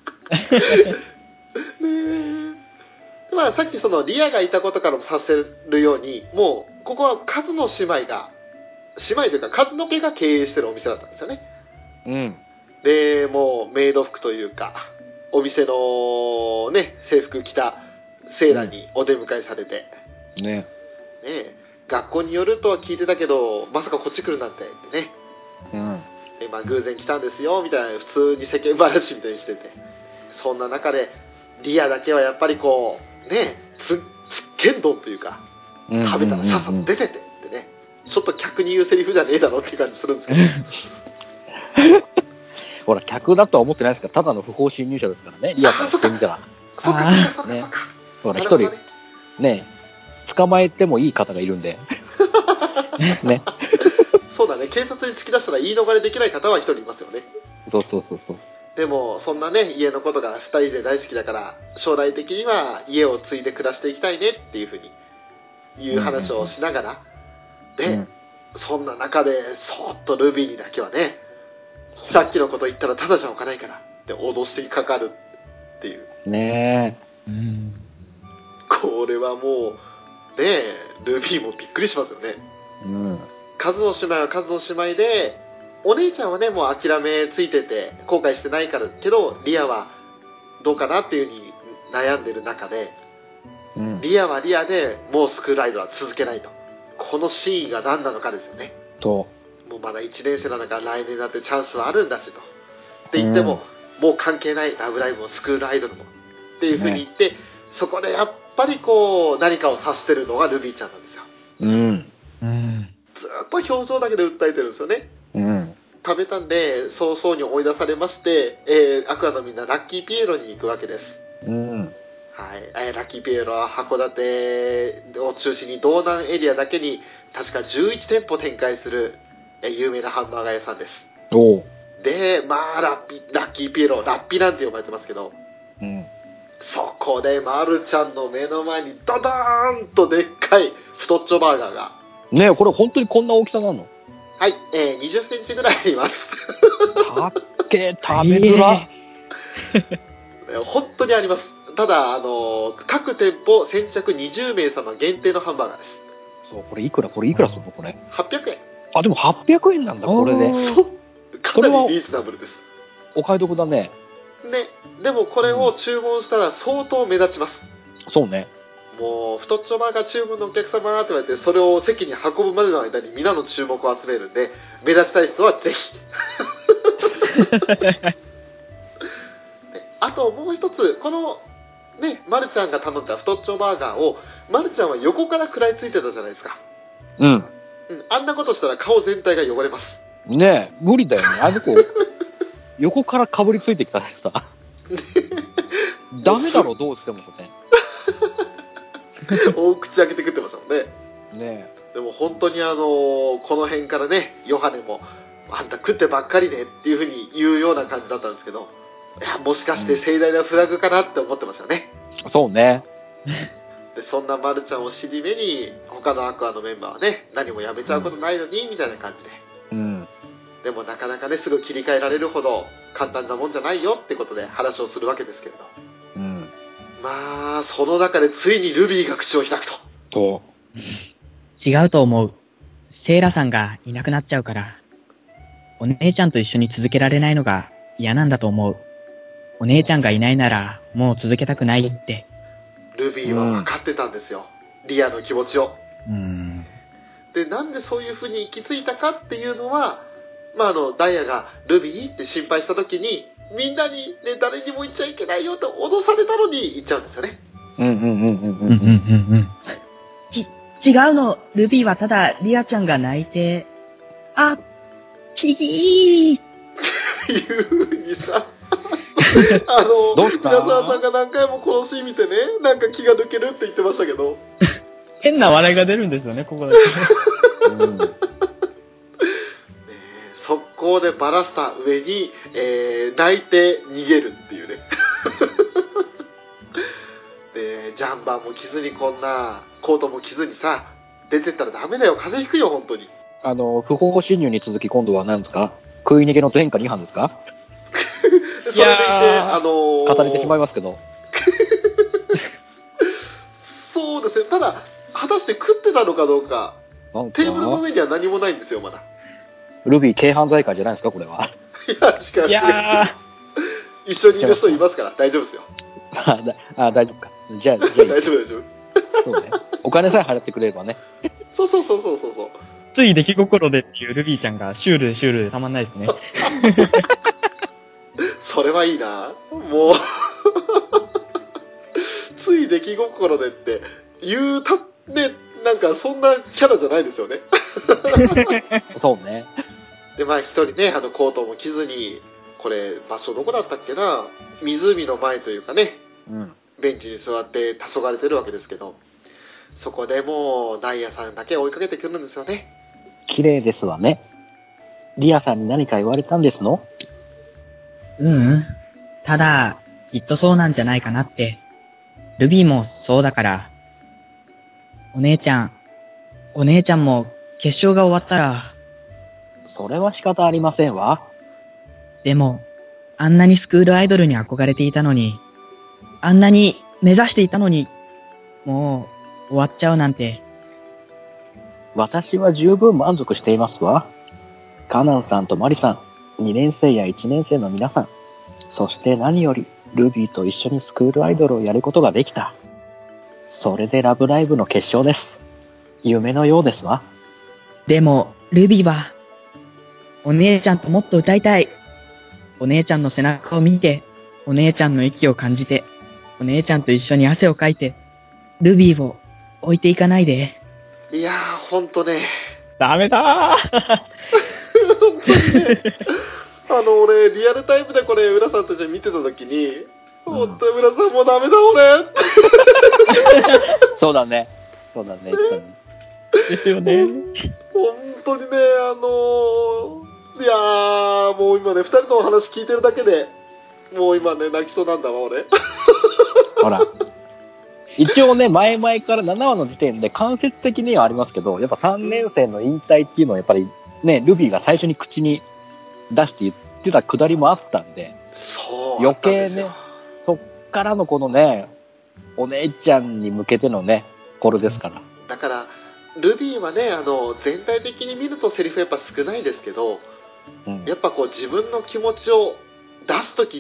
まあさっきそのリアがいたことからもさせるように、もうここは数の姉妹が、姉妹というか数の家が経営してるお店だったんですよね。 うん。 で、もうメイド服というか、お店のね、制服着たセーラーにお出迎えされて、 ね。 ねえ、学校によるとは聞いてたけど、まさかこっち来るなんてってね。 うん。 で、まあ偶然来たんですよ、みたいな普通に世間話みたいにしてて。そんな中で、リアだけはやっぱりこう、ねえ、つっけんどんというか、食べたらさっさと出ててってね。ちょっと客に言うセリフじゃねえだろっていう感じするんですけど。 ほら、客だとは思ってないですから、ただの不法侵入者ですからね、リアからしてみたら。 そっかそっかそっかそっか。 ほら、一人、ね、捕まえてもいい方がいるんで。ね。 そうだね、警察に突き出したら言い逃れできない方は一人いますよね。 そうそうそうそう。 でも、そんなね、家のことが二人で大好きだから、将来的には家を継いで暮らしていきたいねっていうふうに、いう話をしながら、で、そんな中で、そーっとルビーにだけはね、さっきのこと言ったらただじゃおかないからって脅してかかるっていう。 ねえ。 これはもう、ねえ、ルビーもびっくりしますよね。 うん。 数の姉妹は数の姉妹で、お姉ちゃんはね、もう諦めついてて、後悔してないからけど、リアはどうかなっていう風に悩んでる中で、リアはリアでもうスクールアイドルは続けないと。この真意が何なのかですよね。もうまだ1年生なんだから来年だってチャンスはあるんだしと。って言っても、もう関係ないラブライブもスクールアイドルも。っていう風に言って、そこでやっぱりこう、何かを指してるのがルビーちゃんなんですよ。ずっと表情だけで訴えてるんですよね。食べたんで早々に追い出されまして、アクアのみんなラッキーピエロに行くわけです。はい、ラッキーピエロは函館を中心に道南エリアだけに確か11店舗展開する、有名なハンバーガー屋さんです。で、まあラッキーピエロ、ラッピなんて呼ばれてますけど、そこでまるちゃんの目の前にドドーンとでっかい太っちょバーガーが。 ねえ、これ本当にこんな大きさなの？ はい、20センチぐらいあります。 たっけ、食べづら。 本当にあります。ただ、各店舗先着20名様限定のハンバーガーです。 そう、これいくらするのこれ。 800円。 あ、でも800円なんだ、これで。 そう。かなりリーズナブルです。 お買い得だね。 ね。でもこれを注文したら相当目立ちます。 そうね。 もう、太っちょバーガー注文のお客様って言われて、それを席に運ぶまでの間に皆の注目を集めるんで、目立ちたい人はぜひ。あともう一つ、この、ね、まるちゃんが頼んだ太っちょバーガーを、まるちゃんは横から食らいついてたじゃないですか。あんなことしたら顔全体が汚れます。 ねえ、無理だよね。あの子、横からかぶりついてきたらさ。ダメだろ、どうしてもね。 大口開けて食ってましたもんね。 ねえ。でも本当にこの辺からね、ヨハネも、あんた食ってばっかりねっていう風に言うような感じだったんですけど、いや、もしかして盛大なフラグかなって思ってましたね。 そうね。 で、そんなまるちゃんを尻目に、他のアクアのメンバーはね、何もやめちゃうことないのに、みたいな感じで。でもなかなかね、すぐ切り替えられるほど簡単なもんじゃないよってことで話をするわけですけれど。まあ、その中でついにルビーが口を開くと。 違うと思う。セイラさんがいなくなっちゃうから、お姉ちゃんと一緒に続けられないのが嫌なんだと思う。お姉ちゃんがいないならもう続けたくないって。 ルビーは分かってたんですよ。リアの気持ちを。で、なんでそういう風に行き着いたかっていうのは、まあダイヤがルビーって心配した時に、みんなにね、誰にも言っちゃいけないよって脅されたのに言っちゃうんですよね。 違うの。ルビーはただリアちゃんが泣いて、あ、ピギーっていう風にさ、 どうした？ 皆沢さんが何回もこのシーン見てね、なんか気が抜けるって言ってましたけど、 変な笑いが出るんですよね、ここだけ。 速攻でバラした上に、泣いて逃げるっていうね。で、ジャンバーも着ずにこんな、コートも着ずにさ、出てったらダメだよ、風邪ひくよ、本当に。 不法侵入に続き今度は何ですか？食い逃げの前科2犯ですか？ それでいて、 重ねてしまいますけど。 そうですね、ただ、果たして食ってたのかどうか、テーブルの上には何もないんですよ、まだ。 ルビー軽犯罪会じゃないですか、これは。 いや、違う。一緒にいる人いますから、大丈夫ですよ。 大丈夫か。じゃあ、 大丈夫、大丈夫。 そうね。お金さえ払ってくれればね。 そう。 つい出来心でっていうルビーちゃんがシュールたまんないですね。 それはいいな。もうつい出来心でって言うたね、なんかそんなキャラじゃないですよね。 そうね。 で、まあ一人ね、コートも着ずに、これ場所どこだったっけな、湖の前というかね、ベンチに座って黄昏れてるわけですけど、そこでもうダイヤさんだけ追いかけてくるんですよね。 綺麗ですわね。リアさんに何か言われたんですの？ ただ、きっとそうなんじゃないかなって。ルビーもそうだから。お姉ちゃんも決勝が終わったら。 それは仕方ありませんわ。 でも、あんなにスクールアイドルに憧れていたのに、あんなに目指していたのに、もう終わっちゃうなんて。 私は十分満足していますわ。カナンさんとマリさん、2年生や1年生の皆さん、そして何よりルビーと一緒にスクールアイドルをやることができた。それでラブライブの決勝です。夢のようですわ。 でも、ルビーは、お姉ちゃんともっと歌いたい。お姉ちゃんの背中を見て、お姉ちゃんの息を感じて、お姉ちゃんと一緒に汗をかいて、ルビーを置いていかないで。 いやー、ほんとね。 ダメだー俺、リアルタイムでこれ、浦さんたち見てた時に、ほんと、浦さんもうダメだ、俺そうだね。 ですよね。 本当にね、いやー、もう今ね、二人のお話聞いてるだけで、もう今ね、泣きそうなんだわ、俺。 ほら。一応ね、前々から7話の時点で間接的にはありますけど、やっぱ3年生の引退っていうのはやっぱりね、ルビーが最初に口に出して言ってたくだりもあったんで、 そう、 余計ね、そっからのこのね、お姉ちゃんに向けてのね、これですから。 だから、ルビーはね、全体的に見るとセリフやっぱ少ないですけど、やっぱこう自分の気持ちを出すときって、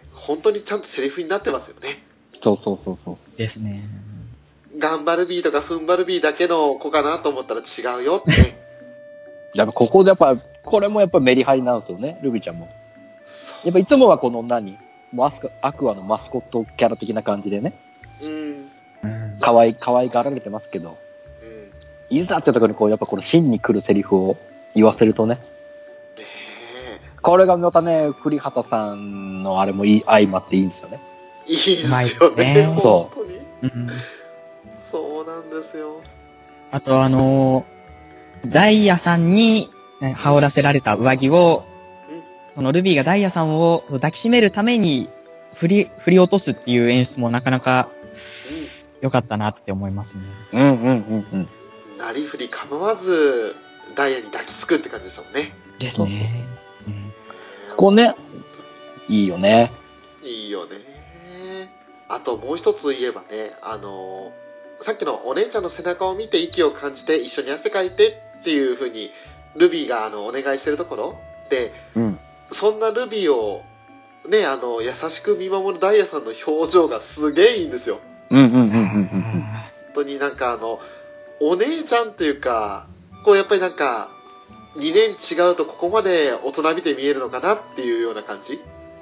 本当にちゃんとセリフになってますよね。 そうですね。 頑張るビーとか踏ん張るビーだけの子かなと思ったら違うよってね。 やっぱここでやっぱ、これもやっぱメリハリなんですよね、ルビーちゃんも。やっぱいつもはこのアクアのマスコットキャラ的な感じでね。可愛がられてますけど。いざってところにこう、やっぱこの真に来るセリフを言わせるとね。これがまたね、栗畑さんのあれも相まっていいんですよね。 いいですよね。 そう。 そうなんですよ。 あとダイヤさんに羽織らせられた上着を、そのルビーがダイヤさんを抱きしめるために振り落とすっていう演出もなかなか良かったなって思いますね。 なりふり構わずダイヤに抱きつくって感じですもんね。 ですね。 ここね、いいよね。 いいよね。あともう一つ言えばね、さっきのお姉ちゃんの背中を見て息を感じて一緒に汗かいてっていう風にルビーがお願いしてるところで、そんなルビーをね、優しく見守るダイヤさんの表情がすげえいいんですよ。本当になんかお姉ちゃんというか、こうやっぱりなんか2年違うとここまで大人びて見えるのかなっていうような感じ。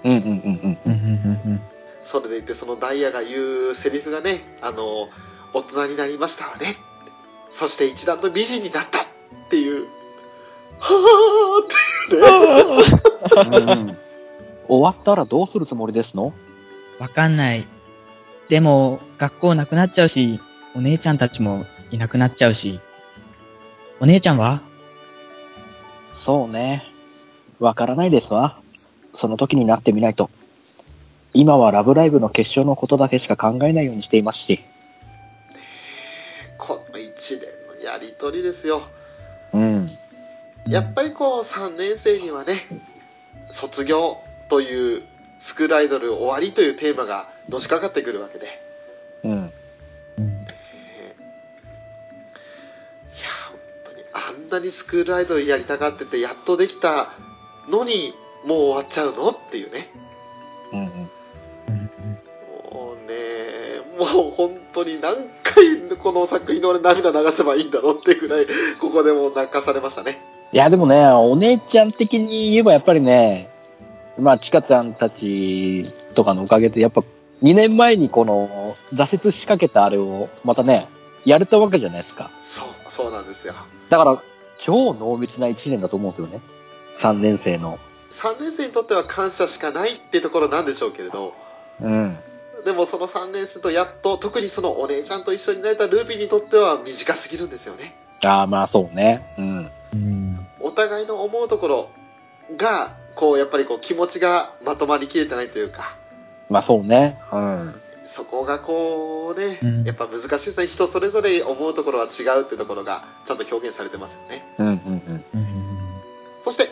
それでいてそのダイヤが言うセリフがね、大人になりましたわね。そして一段の美人になったっていう。はーっていうね。 終わったらどうするつもりですの？ わかんない。でも、学校なくなっちゃうし、お姉ちゃんたちもいなくなっちゃうし。お姉ちゃんは？ そうね。わからないですわ。その時になってみないと。今はラブライブの決勝のことだけしか考えないようにしていますし。 この一連のやりとりですよ。 うん。 やっぱりこう3年生にはね、卒業というスクールアイドル終わりというテーマがのしかかってくるわけで。 うん。 いや本当にあんなにスクールアイドルやりたがっててやっとできたのにもう終わっちゃうのっていうね。 うん。 もうね、もう本当に何回この作品の俺涙流せばいいんだろうっていうぐらいここでも泣かされましたね。 いやでもね、お姉ちゃん的に言えばやっぱりね、まあちかちゃんたちとかのおかげでやっぱ2年前にこの挫折しかけたあれをまたね、やれたわけじゃないですか。 そうなんですよ。 だから超濃密な1年だと思うんですよね。3年生の。 3年生にとっては感謝しかないっていうところなんでしょうけれど、 うん。 でもその3年生とやっと特にそのお姉ちゃんと一緒になれたルビーにとっては短すぎるんですよね。 ああまあそうね。うん。 お互いの思うところがこうやっぱりこう気持ちがまとまりきれてないというか、 まあそうね。うん。 そこがこうね、やっぱ難しいですね。人それぞれ思うところは違うっていうところがちゃんと表現されてますよね。 うんうんうん。 そして、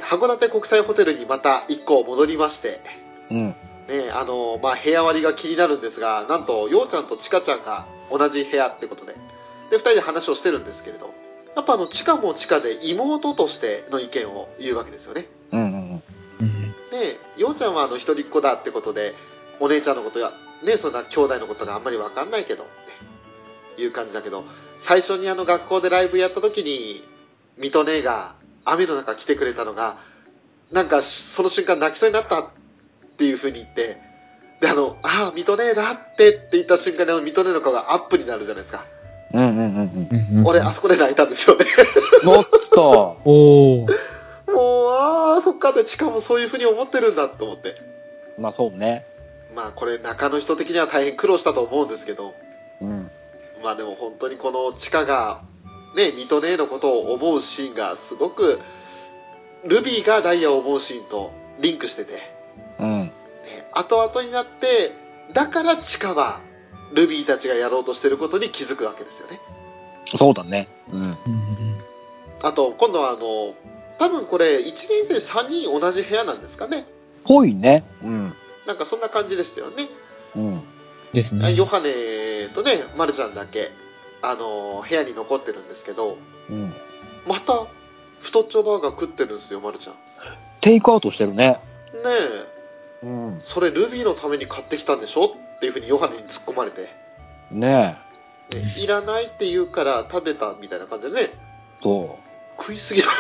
函館国際ホテルにまた1個戻りまして、 うん。 まあ、部屋割りが気になるんですが、なんとようちゃんとちかちゃんが同じ部屋ってことで、2人で話をしてるんですけれど、やっぱちかもちかで妹としての意見を言うわけですよね。 うんうんでようちゃんは一人っ子だってことで、お姉ちゃんのことやね、そんな兄弟のことがあんまり分かんないけどっていう感じだけど、最初に学校でライブやった時に水戸姉が雨の中来てくれたのがなんかその瞬間泣きそうになったっていう風に言って、でああ水戸姉だって言った瞬間に水戸姉の顔がアップになるじゃないですか。 うんうんうんうん。 俺あそこで泣いたんですよね。 おっと。 おー。 もうそっかで、しかもそういう風に思ってるんだと思って。 まあそうね。 まあこれ中の人的には大変苦労したと思うんですけど、 うん。 まあでも本当にこのチカがね、水戸姉のことを思うシーンがすごくルビーがダイヤを思うシーンとリンクしてて、 うん。 ね、後々になってだからチカはルビーたちがやろうとしてることに気づくわけですよね。 そうだね。うん。 あと今度は多分これ1年生3人同じ部屋なんですかね。 ぽいね。うん。 なんかそんな感じでしたよね。 うん。 ですね。 ヨハネとね、マルちゃんだけ部屋に残ってるんですけど、 うん。 また太っちょバーガー食ってるんですよ、マルちゃん。 テイクアウトしてるね。 ねえ、うん、それルビーのために買ってきたんでしょっていうふうにヨハネに突っ込まれて、 ねね、いらないって言うから食べたみたいな感じでね、 そ食いすぎだろ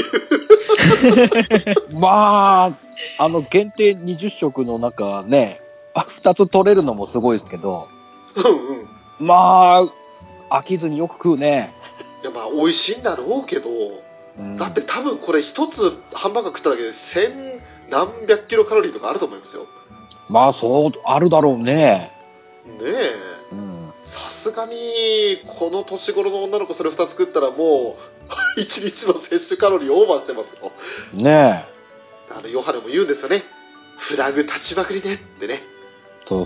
っていう。 まあ限定20食の中ね、2つ取れるのもすごいですけど、 うんうん。 まあ飽きずによく食うね。 いやまあ美味しいんだろうけど、うん、だって多分これ一つハンバーガー食っただけで千何百キロカロリーとかあると思いますよ。 まあそうあるだろうね。 ねえ、さすがにこの年頃の女の子それ2つ食ったらもう1日の摂取カロリーオーバーしてますよねえ。ヨハネも言うんですよね、フラグ立ちまくりねってね。 そう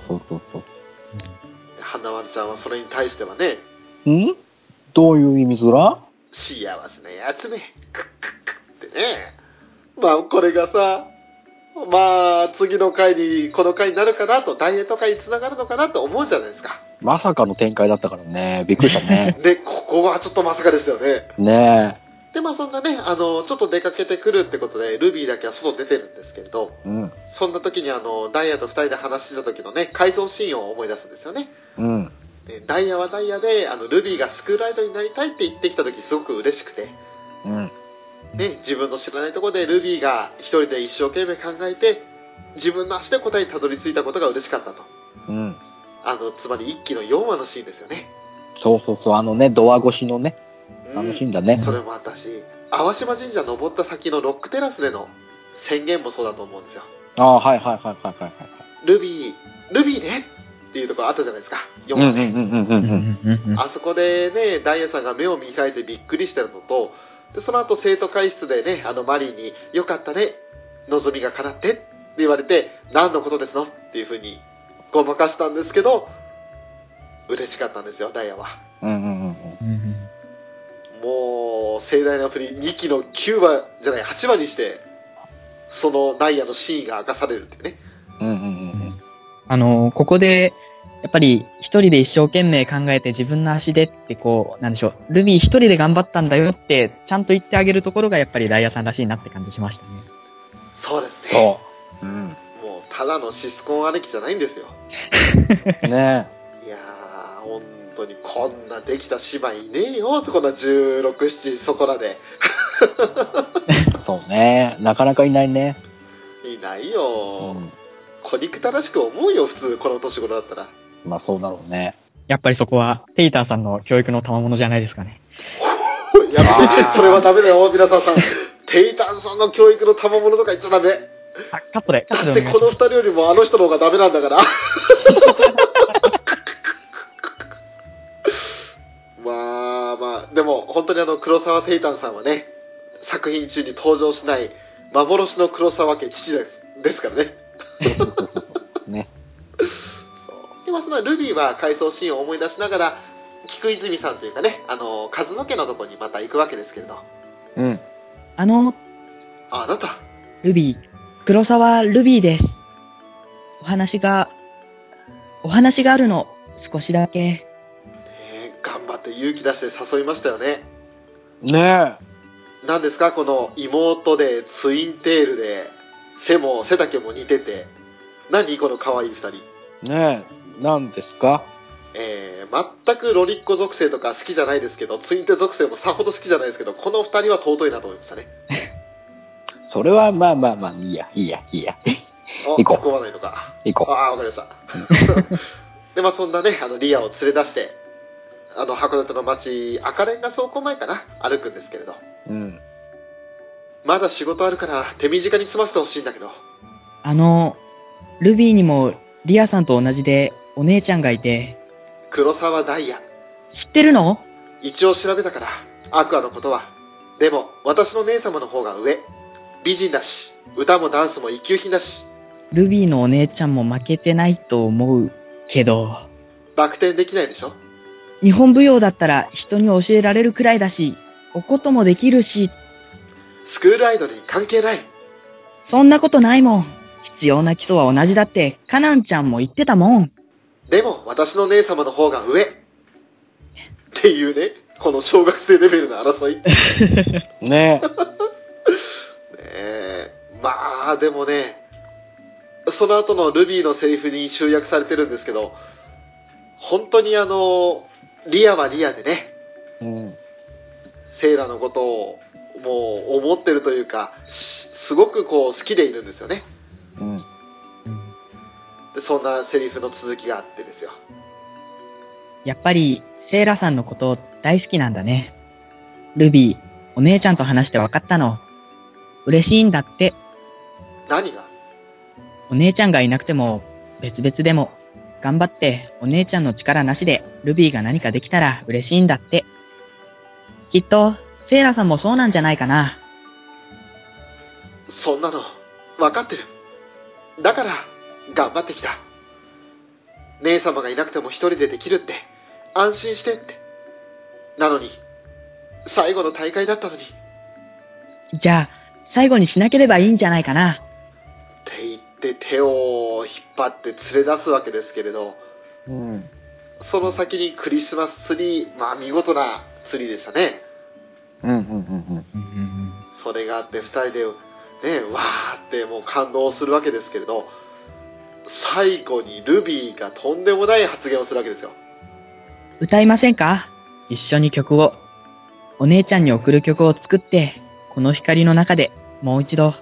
花丸ちゃんはそれに対してはね、 んどういう意味ずら、 幸せなやつねクックックってね。まあこれがさ、まあ次の回にこの回になるかなと、ダイエット回につながるのかなと思うじゃないですか。 まさかの展開だったからね、びっくりしたね。 でここはちょっとまさかでしたよね。 ねえ。でまあそんなね、ちょっと出かけてくるってことでルビーだけは外出てるんですけれど、 うん、 そんな時にダイヤと2人で話してた時のね改造シーンを思い出すんですよね。 うん。 でダイヤはダイヤでルビーがスクールアイドルになりたいって言ってきた時すごく嬉しくて、 うんね、自分の知らないところでルビーが一人で一生懸命考えて自分の足で答えにたどり着いたことが嬉しかったと。 うん。 つまり一期の4話のシーンですよね。 そうね、ドア越しのね、シーンだね。 それもあったし、淡島神社登った先のロックテラスでの宣言もそうだと思うんですよ。 ああ、はい。 ルビーねっていうところあったじゃないですか。 4話ね。 うんあそこでね、ダイヤさんが目を見開いてびっくりしてるのと、でその後生徒会室でね、マリーに、よかったね、望みが叶ってって言われて、何のことですのっていう風にごまかしたんですけど、嬉しかったんですよ、ダイヤは。もう、盛大な振り、2期の9話じゃない、8話にして、そのダイヤの真意が明かされるっていうね。 ここで、やっぱり一人で一生懸命考えて自分の足でってこう、なんでしょう、ルビー一人で頑張ったんだよってちゃんと言ってあげるところがやっぱりダイヤさんらしいなって感じしましたね。 そうですね。 そう。 もうただのシスコン兄貴じゃないんですよ。 ねいやー、本当にこんなできた姉妹いねえよ、こんな16、7そこらで。 そうね。なかなかいないね。 いないよ。小憎たらしく思うよ、普通、この年頃だったら。 まあそうだろうね。 やっぱりそこは、テイターさんの教育の賜物じゃないですかね。 やめて、それはダメだよ、皆さん。テイタンさんの教育の賜物とか言っちゃダメ。 カットでだってこの二人よりもあの人の方がダメなんだから。まあ、でも本当に黒沢テイタンさんはね、作品中に登場しない幻の黒沢家父ですからね。 ね。 でそのルビーは回想シーンを思い出しながら、菊泉さんというかね、和野家のとこにまた行くわけですけれど。 あなた。 ルビー、黒沢ルビーです。お話があるの、少しだけ。 頑張って勇気出して誘いましたよね。 ねえ。何ですかこの妹でツインテールで背丈も似てて、何この可愛い二人。 ねえ、何ですか？ 全くロリッコ属性とか好きじゃないですけど、ツインテール属性もさほど好きじゃないですけど、この二人は尊いなと思いましたね。 それはまあいいや。 行こう。突っ込まないのか。 行こう。 わかりました。でそんなねリアを連れ出して函館の町赤レンガ倉庫前かな歩くんですけれど、まだ仕事あるから手短に済ませてほしいんだけど。 ルビーにもリアさんと同じでお姉ちゃんがいて。 黒沢ダイヤ。 知ってるの？ 一応調べたから、アクアのことは。でも私の姉様の方が上。美人だし、歌もダンスも一級品だし。 ルビーのお姉ちゃんも負けてないと思うけど。 バク転できないでしょ？ 日本舞踊だったら人に教えられるくらいだし、おこともできるし。 スクールアイドルに関係ない。 そんなことないもん。必要な基礎は同じだってカナンちゃんも言ってたもん。 でも私の姉様の方が上っていうね、この小学生レベルの争い。 ねえ。でもね、その後のルビーのセリフに集約されてるんですけど、本当にリアはリアでね、セイラのことをもう思ってるというか、すごく好きでいるんですよね。でそんなセリフの続きがあってですよ。 やっぱりセイラさんのこと大好きなんだね。ルビー、お姉ちゃんと話して分かったの。嬉しいんだって。 何が？ お姉ちゃんがいなくても別々でも頑張ってお姉ちゃんの力なしでルビーが何かできたら嬉しいんだって。きっとセイラさんもそうなんじゃないかな。 そんなの分かってる。だから頑張ってきた。姉様がいなくても一人でできるって安心してって。なのに最後の大会だったのに。 じゃあ最後にしなければいいんじゃないかなって言って手を引っ張って連れ出すわけですけれど、その先にクリスマスツリー、見事なツリーでしたね。それがあって2人でね、わーってもう感動するわけですけれど、最後にルビーがとんでもない発言をするわけですよ。 歌いませんか？一緒に曲を。お姉ちゃんに送る曲を作って、この光の中でもう一度。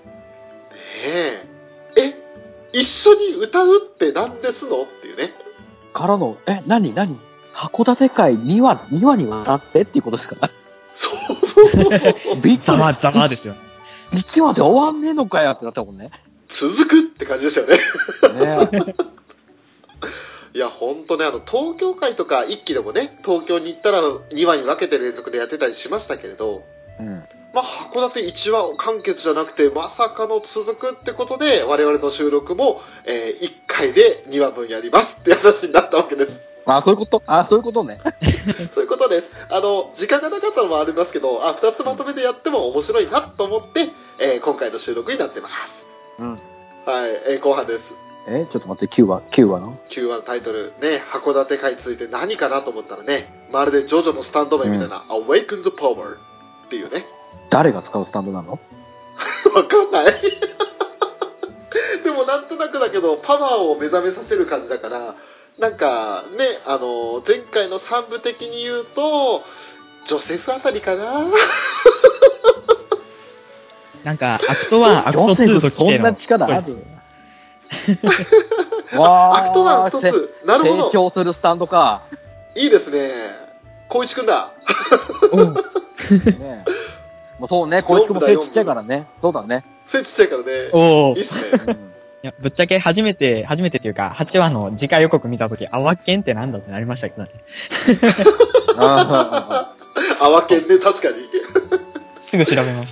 一緒に歌うって何ですのっていうね。 からの、何函館会2話に歌ってっていうことですか？ そうざわざわですよ。 1話で終わんねえのかよってなったもんね。 続くって感じですよね。 いや、ほんとね、東京会とか1期でもね、東京に行ったら2話に分けて連続でやってたりしましたけれど、 うん。 まあ、函館1話完結じゃなくて、まさかの続くってことで、我々の収録も、1回で2話分やりますって話になったわけです。 そういうことそういうことね。 そういうことです。時間がなかったのもありますけど、2つまとめてやっても面白いなと思って、今回の収録になってます。 うん。 はい、後半です。 ちょっと待って、9話の ?9 話のタイトル、ね、函館会について何かなと思ったらね、まるでジョジョのスタンド名みたいな、Awaken the Power っていうね。 誰が使うスタンドなの？ わかんない。でもなんとなくだけど、パワーを目覚めさせる感じだから、なんかね、前回の3部的に言うと、ジョセフあたりかな。 なんか、アクト1、アクト2と来ての。 そんな力ある？ わー、アクト1、アクト2。なるほど。 成長するスタンドか。 いいですね。光一くんだ。 ねもうそうね、光一くんも背ちっちゃいからね。そうだね。 背ちっちゃいからね。いいっすね。 いや、ぶっちゃけ初めてっていうか、8話の次回予告見たとき、アワケンってなんだってなりましたけどね。 アワケンね、確かに。 すぐ調べます。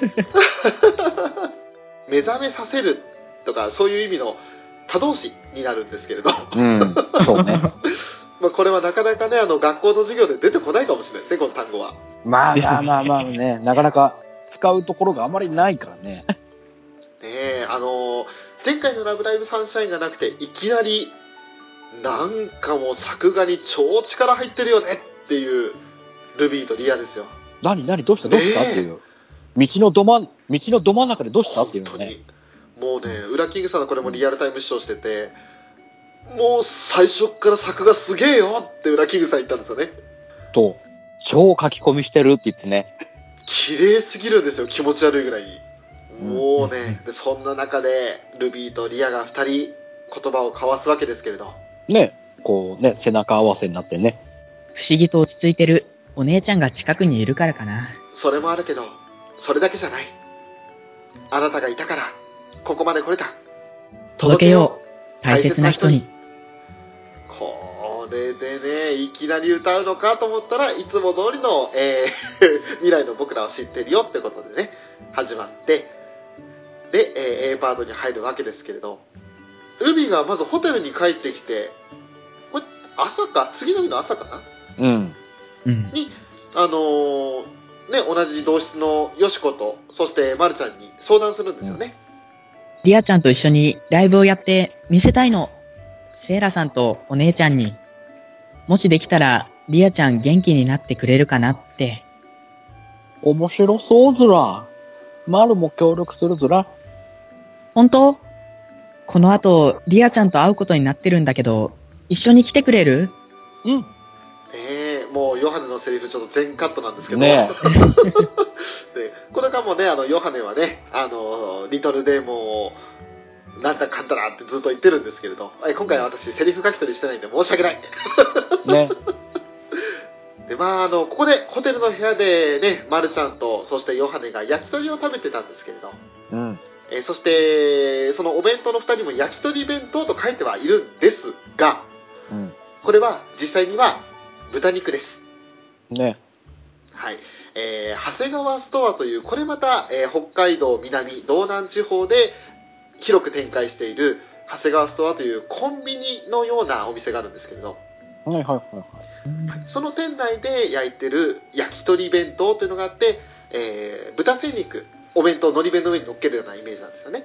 目覚めさせるとか、そういう意味の他動詞になるんですけれど。 うん、そうね。 まあこれはなかなかね、学校の授業で出てこないかもしれないですね、この単語は。 まあね、なかなか使うところがあまりないからね。 ねえ、前回のラブライブサンシャインがなくて、いきなり、なんかもう作画に超力入ってるよねっていう、ルビーとリアですよ。 何どうしたっていう。道のど真ん中でどうしたっていうのね。 もうね、ウラキングさんのこれもリアルタイム視聴してて、もう最初から作画すげえよってウラキングさん言ったんですよね。 そう。超書き込みしてるって言ってね。 綺麗すぎるんですよ、気持ち悪いぐらいに。もうね、でそんな中でルビーとリアが2人言葉を交わすわけですけれど。 ね、こうね、背中合わせになってね。 不思議と落ち着いてるお姉ちゃんが近くにいるからかな。 それもあるけど、それだけじゃない。あなたがいたから、ここまで来れた。 届けよう、大切な人に。 これでね、いきなり歌うのかと思ったらいつも通りの、未来の僕らを知ってるよってことでね、始まって、で、A パートに入るわけですけれど、ルビーがまずホテルに帰ってきて、これ朝か、次の日の朝かな、 うん。 に、ね、同じ同室のヨシコと、そしてマルちゃんに相談するんですよね。 リアちゃんと一緒にライブをやって見せたいの。セイラさんとお姉ちゃんに。もしできたら、リアちゃん元気になってくれるかなって。 面白そうずら。マルも協力するずら。 本当？この後、リアちゃんと会うことになってるんだけど、一緒に来てくれる？ うん。 もうヨハネのセリフちょっと全カットなんですけど。 ねでこれからもね、ヨハネはね、リトルデーモンを、なんだかんだなってずっと言ってるんですけれど、今回は私セリフ書き取りしてないんで申し訳ない。 ね。 で、まあ、ここでホテルの部屋でね、マルちゃんと、そしてヨハネが焼き鳥を食べてたんですけれど、 うん。 そして、そのお弁当の2人も焼き鳥弁当と書いてはいるんですが、 うん、 これは実際には豚肉です。 ね。 はい。長谷川ストアという、これまた、北海道南道南地方で広く展開している長谷川ストアというコンビニのようなお店があるんですけれど、 はい。 その店内で焼いてる焼き鳥弁当というのがあって、豚精肉、お弁当、海苔弁の上に乗っけるようなイメージなんですよね。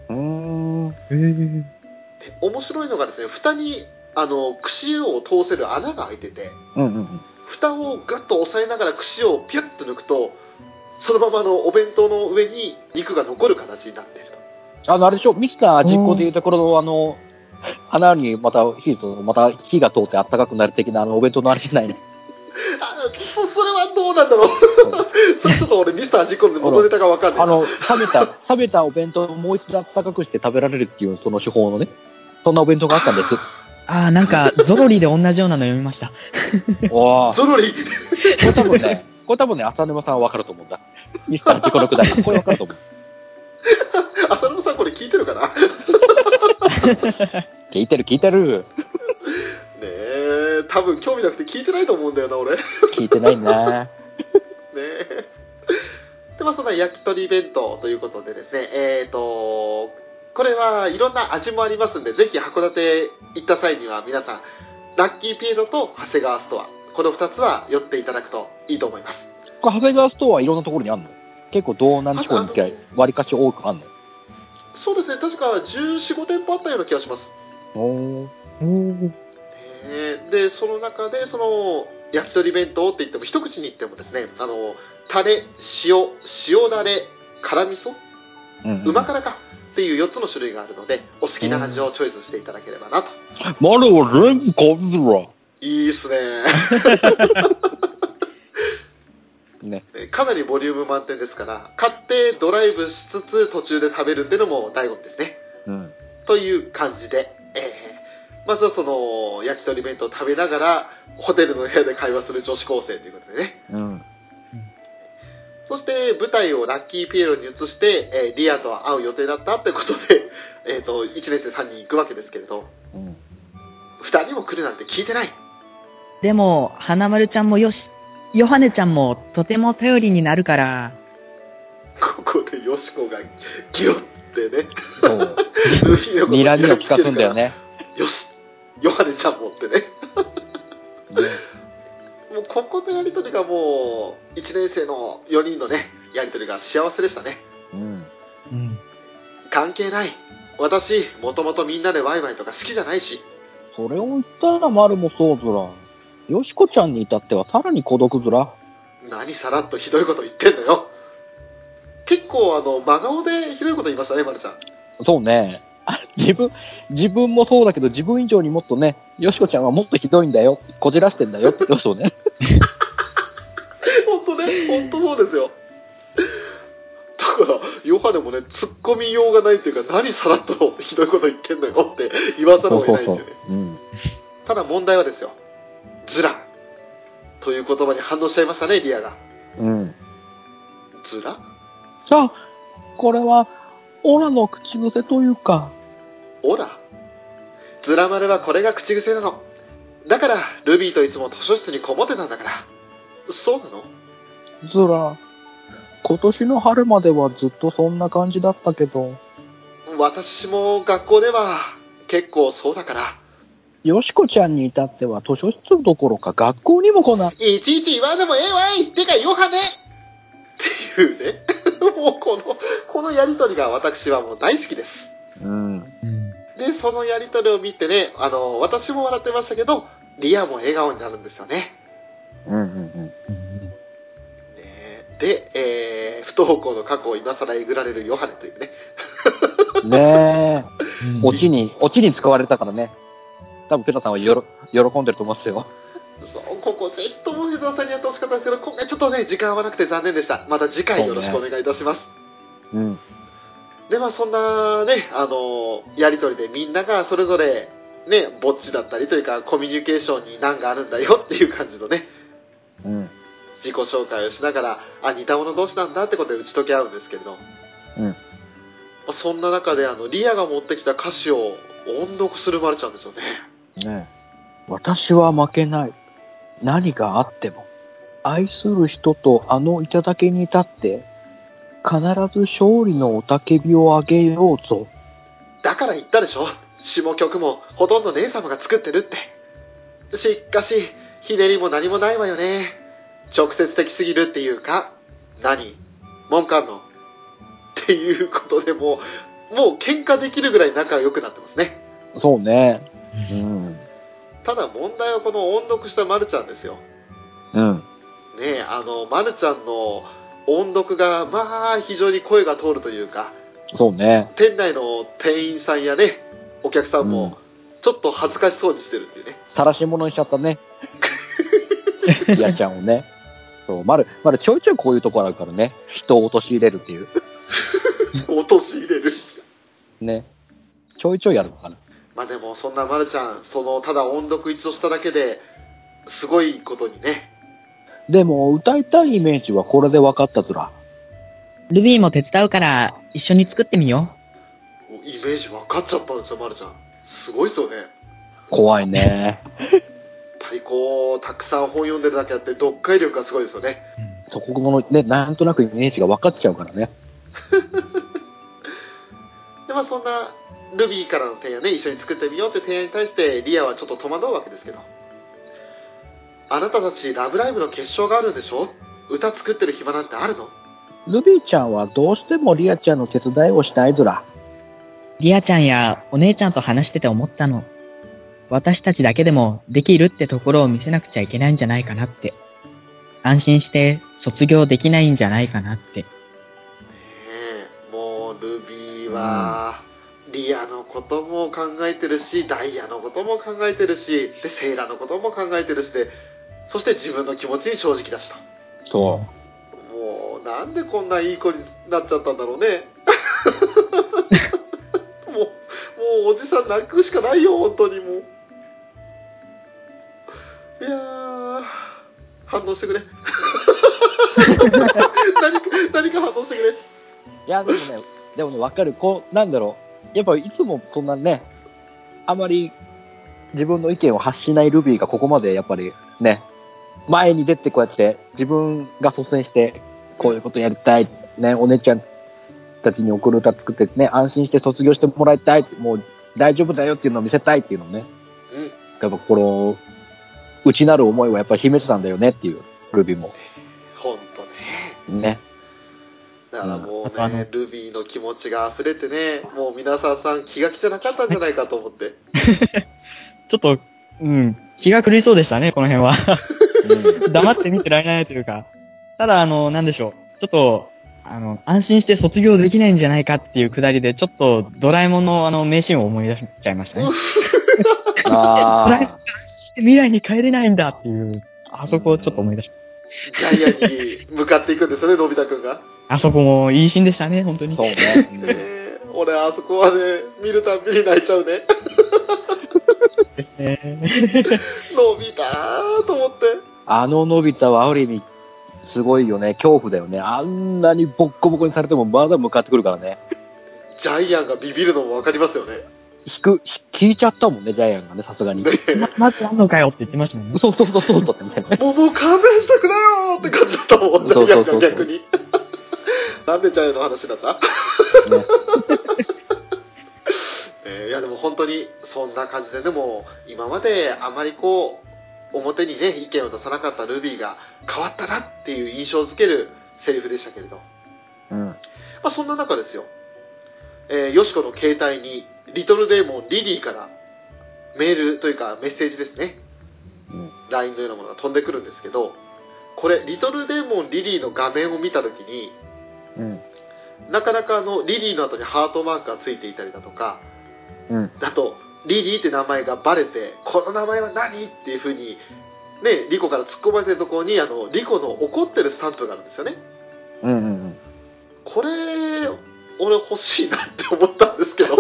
で、面白いのがですね、蓋に、串を通せる穴が開いてて、蓋をグッと押さえながら串をピュッと抜くと、そのままお弁当の上に肉が残る形になっていると。 あれでしょ、ミスター実行でいうところの、穴にまた火が通ってあったかくなる的なお弁当のあれじゃないの。 それはどうなんだろう。それちょっと俺ミスター実行で元ネタがわかんない。 冷めたお弁当をもう一度あったかくして食べられるっていうその手法のね、そんなお弁当があったんです。 なんか、ゾロリで同じようなの読みました。 ゾロリこれ多分ね、浅沼さんはわかると思うんだ。ミスター自己のくだり。これわかると思う。 浅沼さんこれ聞いてるかな？ 聞いてる。 え、多分興味なくて聞いてないと思うんだよな、俺。ね聞いてないな。 え。で、まあそんな焼き鳥弁当ということでですね、これはいろんな味もありますんで、ぜひ函館行った際には皆さん、ラッキーピエロと長谷川ストア、この2つは寄っていただくといいと思います。 これ長谷川ストアはいろんなところにあるの？結構道南地方に割かし多くあるの？ そうですね、確か14、15店舗あったような気がします。で、その中で、その、焼き鳥弁当って言っても、一口に言ってもですね、タレ、塩だれ、辛味噌、うま辛かっていう4つの種類があるので、お好きな味をチョイスしていただければなと。 マルは全部買うぞら。 いいっすね。 ね。 かなりボリューム満点ですから、買ってドライブしつつ途中で食べるっていうのも醍醐味ですね。という感じで、まずはその焼き鳥弁当を食べながらホテルの部屋で会話する女子高生ということでね。そして舞台をラッキーピエロに移して、リアと会う予定だったということで、1年生3人行くわけですけれど、2人も来るなんて聞いてない。 でも、花丸ちゃんもよし、ヨハネちゃんもとても頼りになるから。 ここでヨシコがギロってね。 そう。睨みを聞かすんだよね。 よし、ヨハネちゃんもってね。もうここのやりとりがもう1年生の4人のねやりとりが幸せでしたね。関係ない。私もともとみんなでワイワイとか好きじゃないし。 それを言ったら丸もそうずら。よしこちゃんに至ってはさらに孤独ずら。 何さらっとひどいこと言ってんのよ。結構真顔でひどいこと言いましたね、まるちゃん。そうね。 自分もそうだけど、自分以上にもっとね、よしこちゃんはもっとひどいんだよ、こじらしてんだよってそうね。 本当ね、本当そうですよ。だから、ヨハネもね、突っ込みようがないというか、何さらっとひどいこと言ってんのよって言わざるを得ないんですよね。ただ問題はですよ、ズラという言葉に反応しちゃいましたね、リアが。ズラ？ さあ、これは、オラの口癖というか。 オラ？ズラ丸はこれが口癖なの。だから、ルビーといつも図書室にこもってたんだから。そうなの？ ズラ、今年の春まではずっとそんな感じだったけど。 私も学校では結構そうだから。 よしこちゃんに至っては図書室どころか学校にも来ない。 いちいち言わんでもええわいってかヨハネっていうね。もうこのやりとりが私はもう大好きです。で、そのやりとりを見てね、私も笑ってましたけど、リアも笑顔になるんですよね。で、不登校の過去を今更えぐられるヨハネというね。 ねえ。オチに使われたからね。多分ペタさんは喜んでると思うんですよ。 そう、ここぜひともヘザーさんにやってほしかったんですけど、今回ちょっとね、時間合わなくて残念でした。また次回よろしくお願いいたします。で、まあそんなね、やりとりでみんながそれぞれ、ね、ぼっちだったりというか、コミュニケーションに難があるんだよっていう感じのね、自己紹介をしながら、似た者同士なんだってことで打ち解け合うんですけれど、そんな中でリアが持ってきた歌詞を音読するまるちゃんですよね。 私は負けない。何があっても。愛する人と頂に立って、必ず勝利の雄たけびをあげようぞ。 だから言ったでしょ。詞も曲もほとんど姉様が作ってるって。しかし、ひねりも何もないわよね。直接的すぎるっていうか、文句あんのっていうことでもう喧嘩できるぐらい仲良くなってますね。 そうね。 ただ問題はこの音読したまるちゃんですよ。ねえ、まるちゃんの音読がまあ非常に声が通るというか、 そうね。 店内の店員さんやね、お客さんもちょっと恥ずかしそうにしてるっていうね。 晒し者にしちゃったね。やっちゃんをね。そう、まるちょいちょいこういうところあるからね。人を陥れるっていう。 陥れる。 ね。ちょいちょいやるのかな。 まあでもそんなまるちゃん、ただ音読一度しただけですごいことにね。 でも歌いたいイメージはこれで分かったずら。 ルビーも手伝うから一緒に作ってみよう。イメージ分かっちゃったんですよ、まるちゃん。すごいっすよね。 怖いね。 やっぱりこう、たくさん本読んでるだけあって、読解力がすごいですよね。 そこのね、なんとなくイメージが分かっちゃうからね。 で、まあそんな、ルビーからの提案ね、一緒に作ってみようって提案に対して、リアはちょっと戸惑うわけですけど。あなたたち、ラブライブの決勝があるんでしょ？歌作ってる暇なんてあるの？ ルビーちゃんはどうしてもリアちゃんの手伝いをしたいずら。 リアちゃんやお姉ちゃんと話してて思ったの。私たちだけでもできるってところを見せなくちゃいけないんじゃないかなって。安心して卒業できないんじゃないかなって。 ねえ、もうルビーは、リアのことも考えてるし、ダイヤのことも考えてるし、で、セイラのことも考えてるしで、そして自分の気持ちに正直だしと。 そもう、なんでこんないい子になっちゃったんだろうね。もうおじさん泣くしかないよ、本当にもう。いやー、反応してくれ。何か反応してくれ。 う。いや、でもね、わかる。なんだろう。やっぱいつもそんなね、あまり自分の意見を発しないルビーがここまでやっぱりね、前に出てこうやって自分が率先してこういうことやりたい。ね、お姉ちゃんたちに送る歌作ってね、安心して卒業してもらいたい。もう大丈夫だよっていうのを見せたいっていうのをね。やっぱこの、内なる思いはやっぱり秘めてたんだよねっていう、ルビーも。 ほんとね。 ね。 だからもうね、ルビーの気持ちが溢れてね、もう皆さん気が気じゃなかったんじゃないかと思って。 ちょっと、気が狂いそうでしたね、この辺は。黙って見てられないというか。ただ、なんでしょう。ちょっと、安心して卒業できないんじゃないかっていうくだりで、ちょっとドラえもんの名シーンを思い出しちゃいましたね。ドラえもんが安心して未来に帰れないんだっていう、あそこをちょっと思い出した。 ジャイアンに向かっていくんですよね、のび太くんが。 あそこもいいシーンでしたね、本当に。 そうね。 俺、あそこはね、見るたびに泣いちゃうね。のび太ーと思って。 のび太はある意味、すごいよね。恐怖だよね。あんなにボッコボコにされてもまだ向かってくるからね。 ジャイアンがビビるのもわかりますよね。 聞いちゃったもんね、ジャイアンがね、さすがに。 まずやんのかよって言ってましたもんね。 そうってみたいな。 もう勘弁してくれよーって感じだったもん、ジャイアンが逆に。なんでジャイアンの話だった、いやでも本当にそんな感じで、でも今まであまりこう、表にね、意見を出さなかったルビーが変わったなっていう印象づけるセリフでしたけれど。まあそんな中ですよ。ヨシコの携帯にリトルデーモンリリーからメールというかメッセージですね。LINE のようなものが飛んでくるんですけど、これリトルデーモンリリーの画面を見たときに、なかなかリリーの後にハートマークがついていたりだとか、あとリリーって名前がバレて、この名前は何っていう風にね、リコから突っ込まれてるところにリコの怒ってるスタンプがあるんですよね。これ俺欲しいなって思ったんですけど。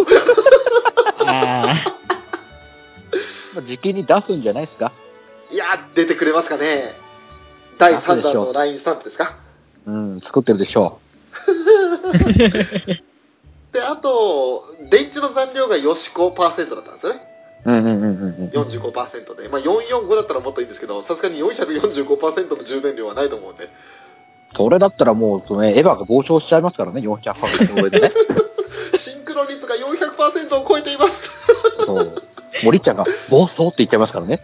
時期に出すんじゃないですか。 いや、出てくれますかね。第3弾の LINE スタンプですか。 作ってるでしょう。で、あと、電池の残量がよしこ%だったんですよね。45% で。まあ、445だったらもっといいんですけど、さすがに 445% の充電量はないと思うんで。 それだったらもう、エヴァが膨張しちゃいますからね、400%の上でね。 シンクロ率が 400% を超えています。 そう。森ちゃんが、暴走って言っちゃいますからね。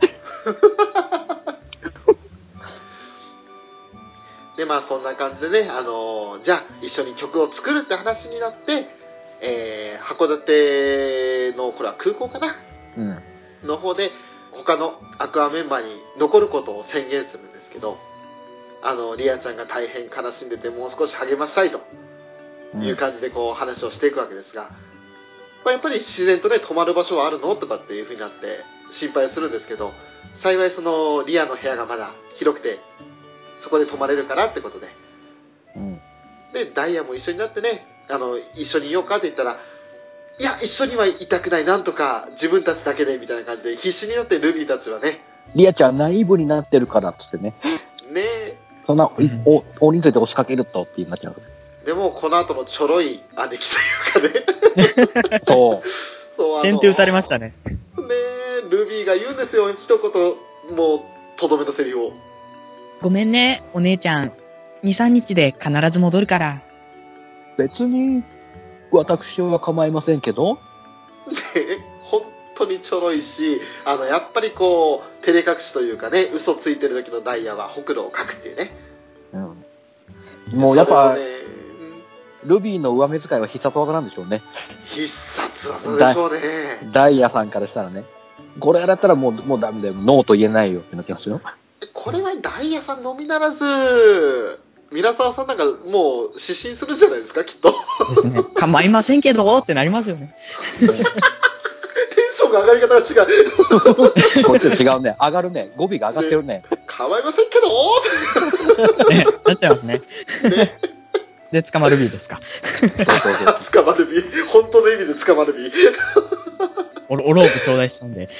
で、まあそんな感じでね、じゃあ一緒に曲を作るって話になって、函館の、これは空港かな、の方で、他のアクアメンバーに残ることを宣言するんですけど、リアちゃんが大変悲しんでて、もう少し励ましたいという感じでこう話をしていくわけですが、まあ、やっぱり自然とね、泊まる場所はあるのとかっていう風になって心配するんですけど、幸いそのリアの部屋がまだ広くて、そこで泊まれるからってことで。で、ダイヤも一緒になってね、一緒にいようかって言ったら、いや、一緒にはいたくない、なんとか自分たちだけでみたいな感じで必死になってルビーたちはね。 リアちゃんナイーブになってるからっつってね。 ねえ。 そんな、大人数で押しかけるとって言いなっちゃう。 でも、この後のちょろい姉貴というかね。 そう。 先手打たれましたね。 ねえ、ルルビーが言うんですよ、一言、もう、とどめのセリフを。 ごめんね、お姉ちゃん。2、3日で必ず戻るから。 別に、私は構いませんけど。 で、本当にちょろいし、やっぱりこう、照れ隠しというかね、嘘ついてる時のダイヤはほくろをかくっていうね。 うん。もうやっぱ、 ね、 ルビーの上目遣いは必殺技なんでしょうね。 必殺技でしょうね。 ダイヤさんからしたらね。これやられたらもうダメだよ。ノーと言えないよってなってますよ。 これはダイヤさんのみならず、皆沢さんなんかもう失神するんじゃないですか、きっと。 ですね。構いませんけどってなりますよね。 テンションが上がり方が違う。 こっち違うね。上がるね。語尾が上がってるね。 構いませんけどね、なっちゃいますね。で、捕まるビーですか。 捕まるビー。本当の意味で捕まるビー。 おロープ頂戴したんで。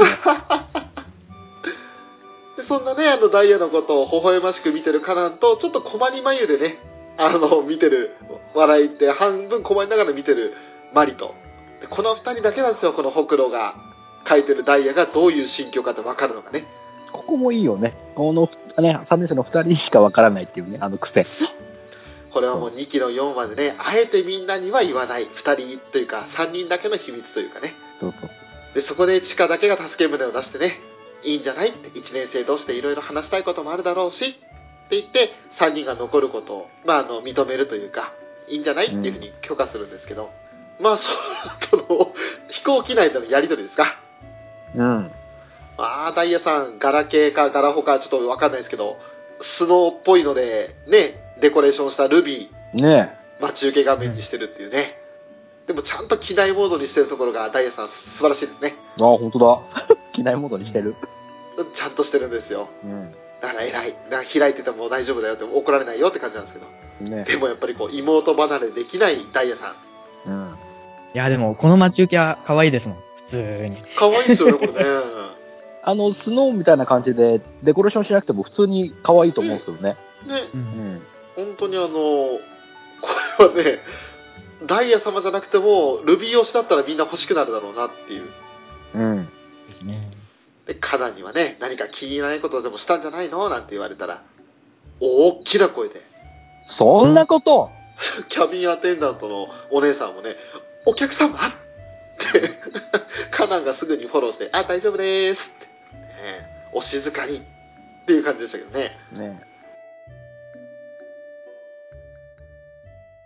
でそんなね、ダイヤのことを微笑ましく見てるカナンと、ちょっと困り眉でね、見てる、笑いって半分困りながら見てるマリと。でこの二人だけなんですよ、このほくろが書いてるダイヤがどういう心境かって分かるのがね。 ここもいいよね。このね、3年生の2人しか分からないっていうね、癖。 これはもう2期の4話でね、あえてみんなには言わない2人というか3人だけの秘密というかね。 そうそう。 で、そこでチカだけが助け舟を出してね、いいんじゃないって1年生同士でいろいろ話したいこともあるだろうし、って言って3人が残ることを、認めるというか、いいんじゃないっていうふうに許可するんですけど、その飛行機内でのやりとりですか。 うん。 ダイヤさん、ガラケーかガラホかちょっとわかんないですけど、スノーっぽいので、ね、デコレーションしたルビー、 ね待ち受け画面にしてるっていうね。でもちゃんと機内モードにしてるところがダイヤさん素晴らしいですね。 あ、本当だ。機内モードにしてる。 ちゃんとしてるんですよ。 うん。 だから偉い。開いてても大丈夫だよって怒られないよって感じなんですけど。 ね。 でもやっぱり妹離れできないダイヤさん。 うん。いや、でも、この待ち受けは可愛いですもん。普通に。 可愛いですよね、これね。 スノーみたいな感じで、デコレーションしなくても普通に可愛いと思うんですよね。 ね。 うん。 本当にこれはね、ダイヤ様じゃなくても、ルビー推しだったらみんな欲しくなるだろうなっていう。 うん。 ですね。 で、カナンにはね、何か気に入らないことでもしたんじゃないのなんて言われたら、大きな声で。 そんなこと、 キャビンアテンダントのお姉さんもね、お客様ってカナンがすぐにフォローして、大丈夫でーすって、お静かにっていう感じでしたけどね。 ね。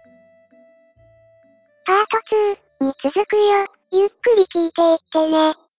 パート2に続くよ。ゆっくり聞いていってね。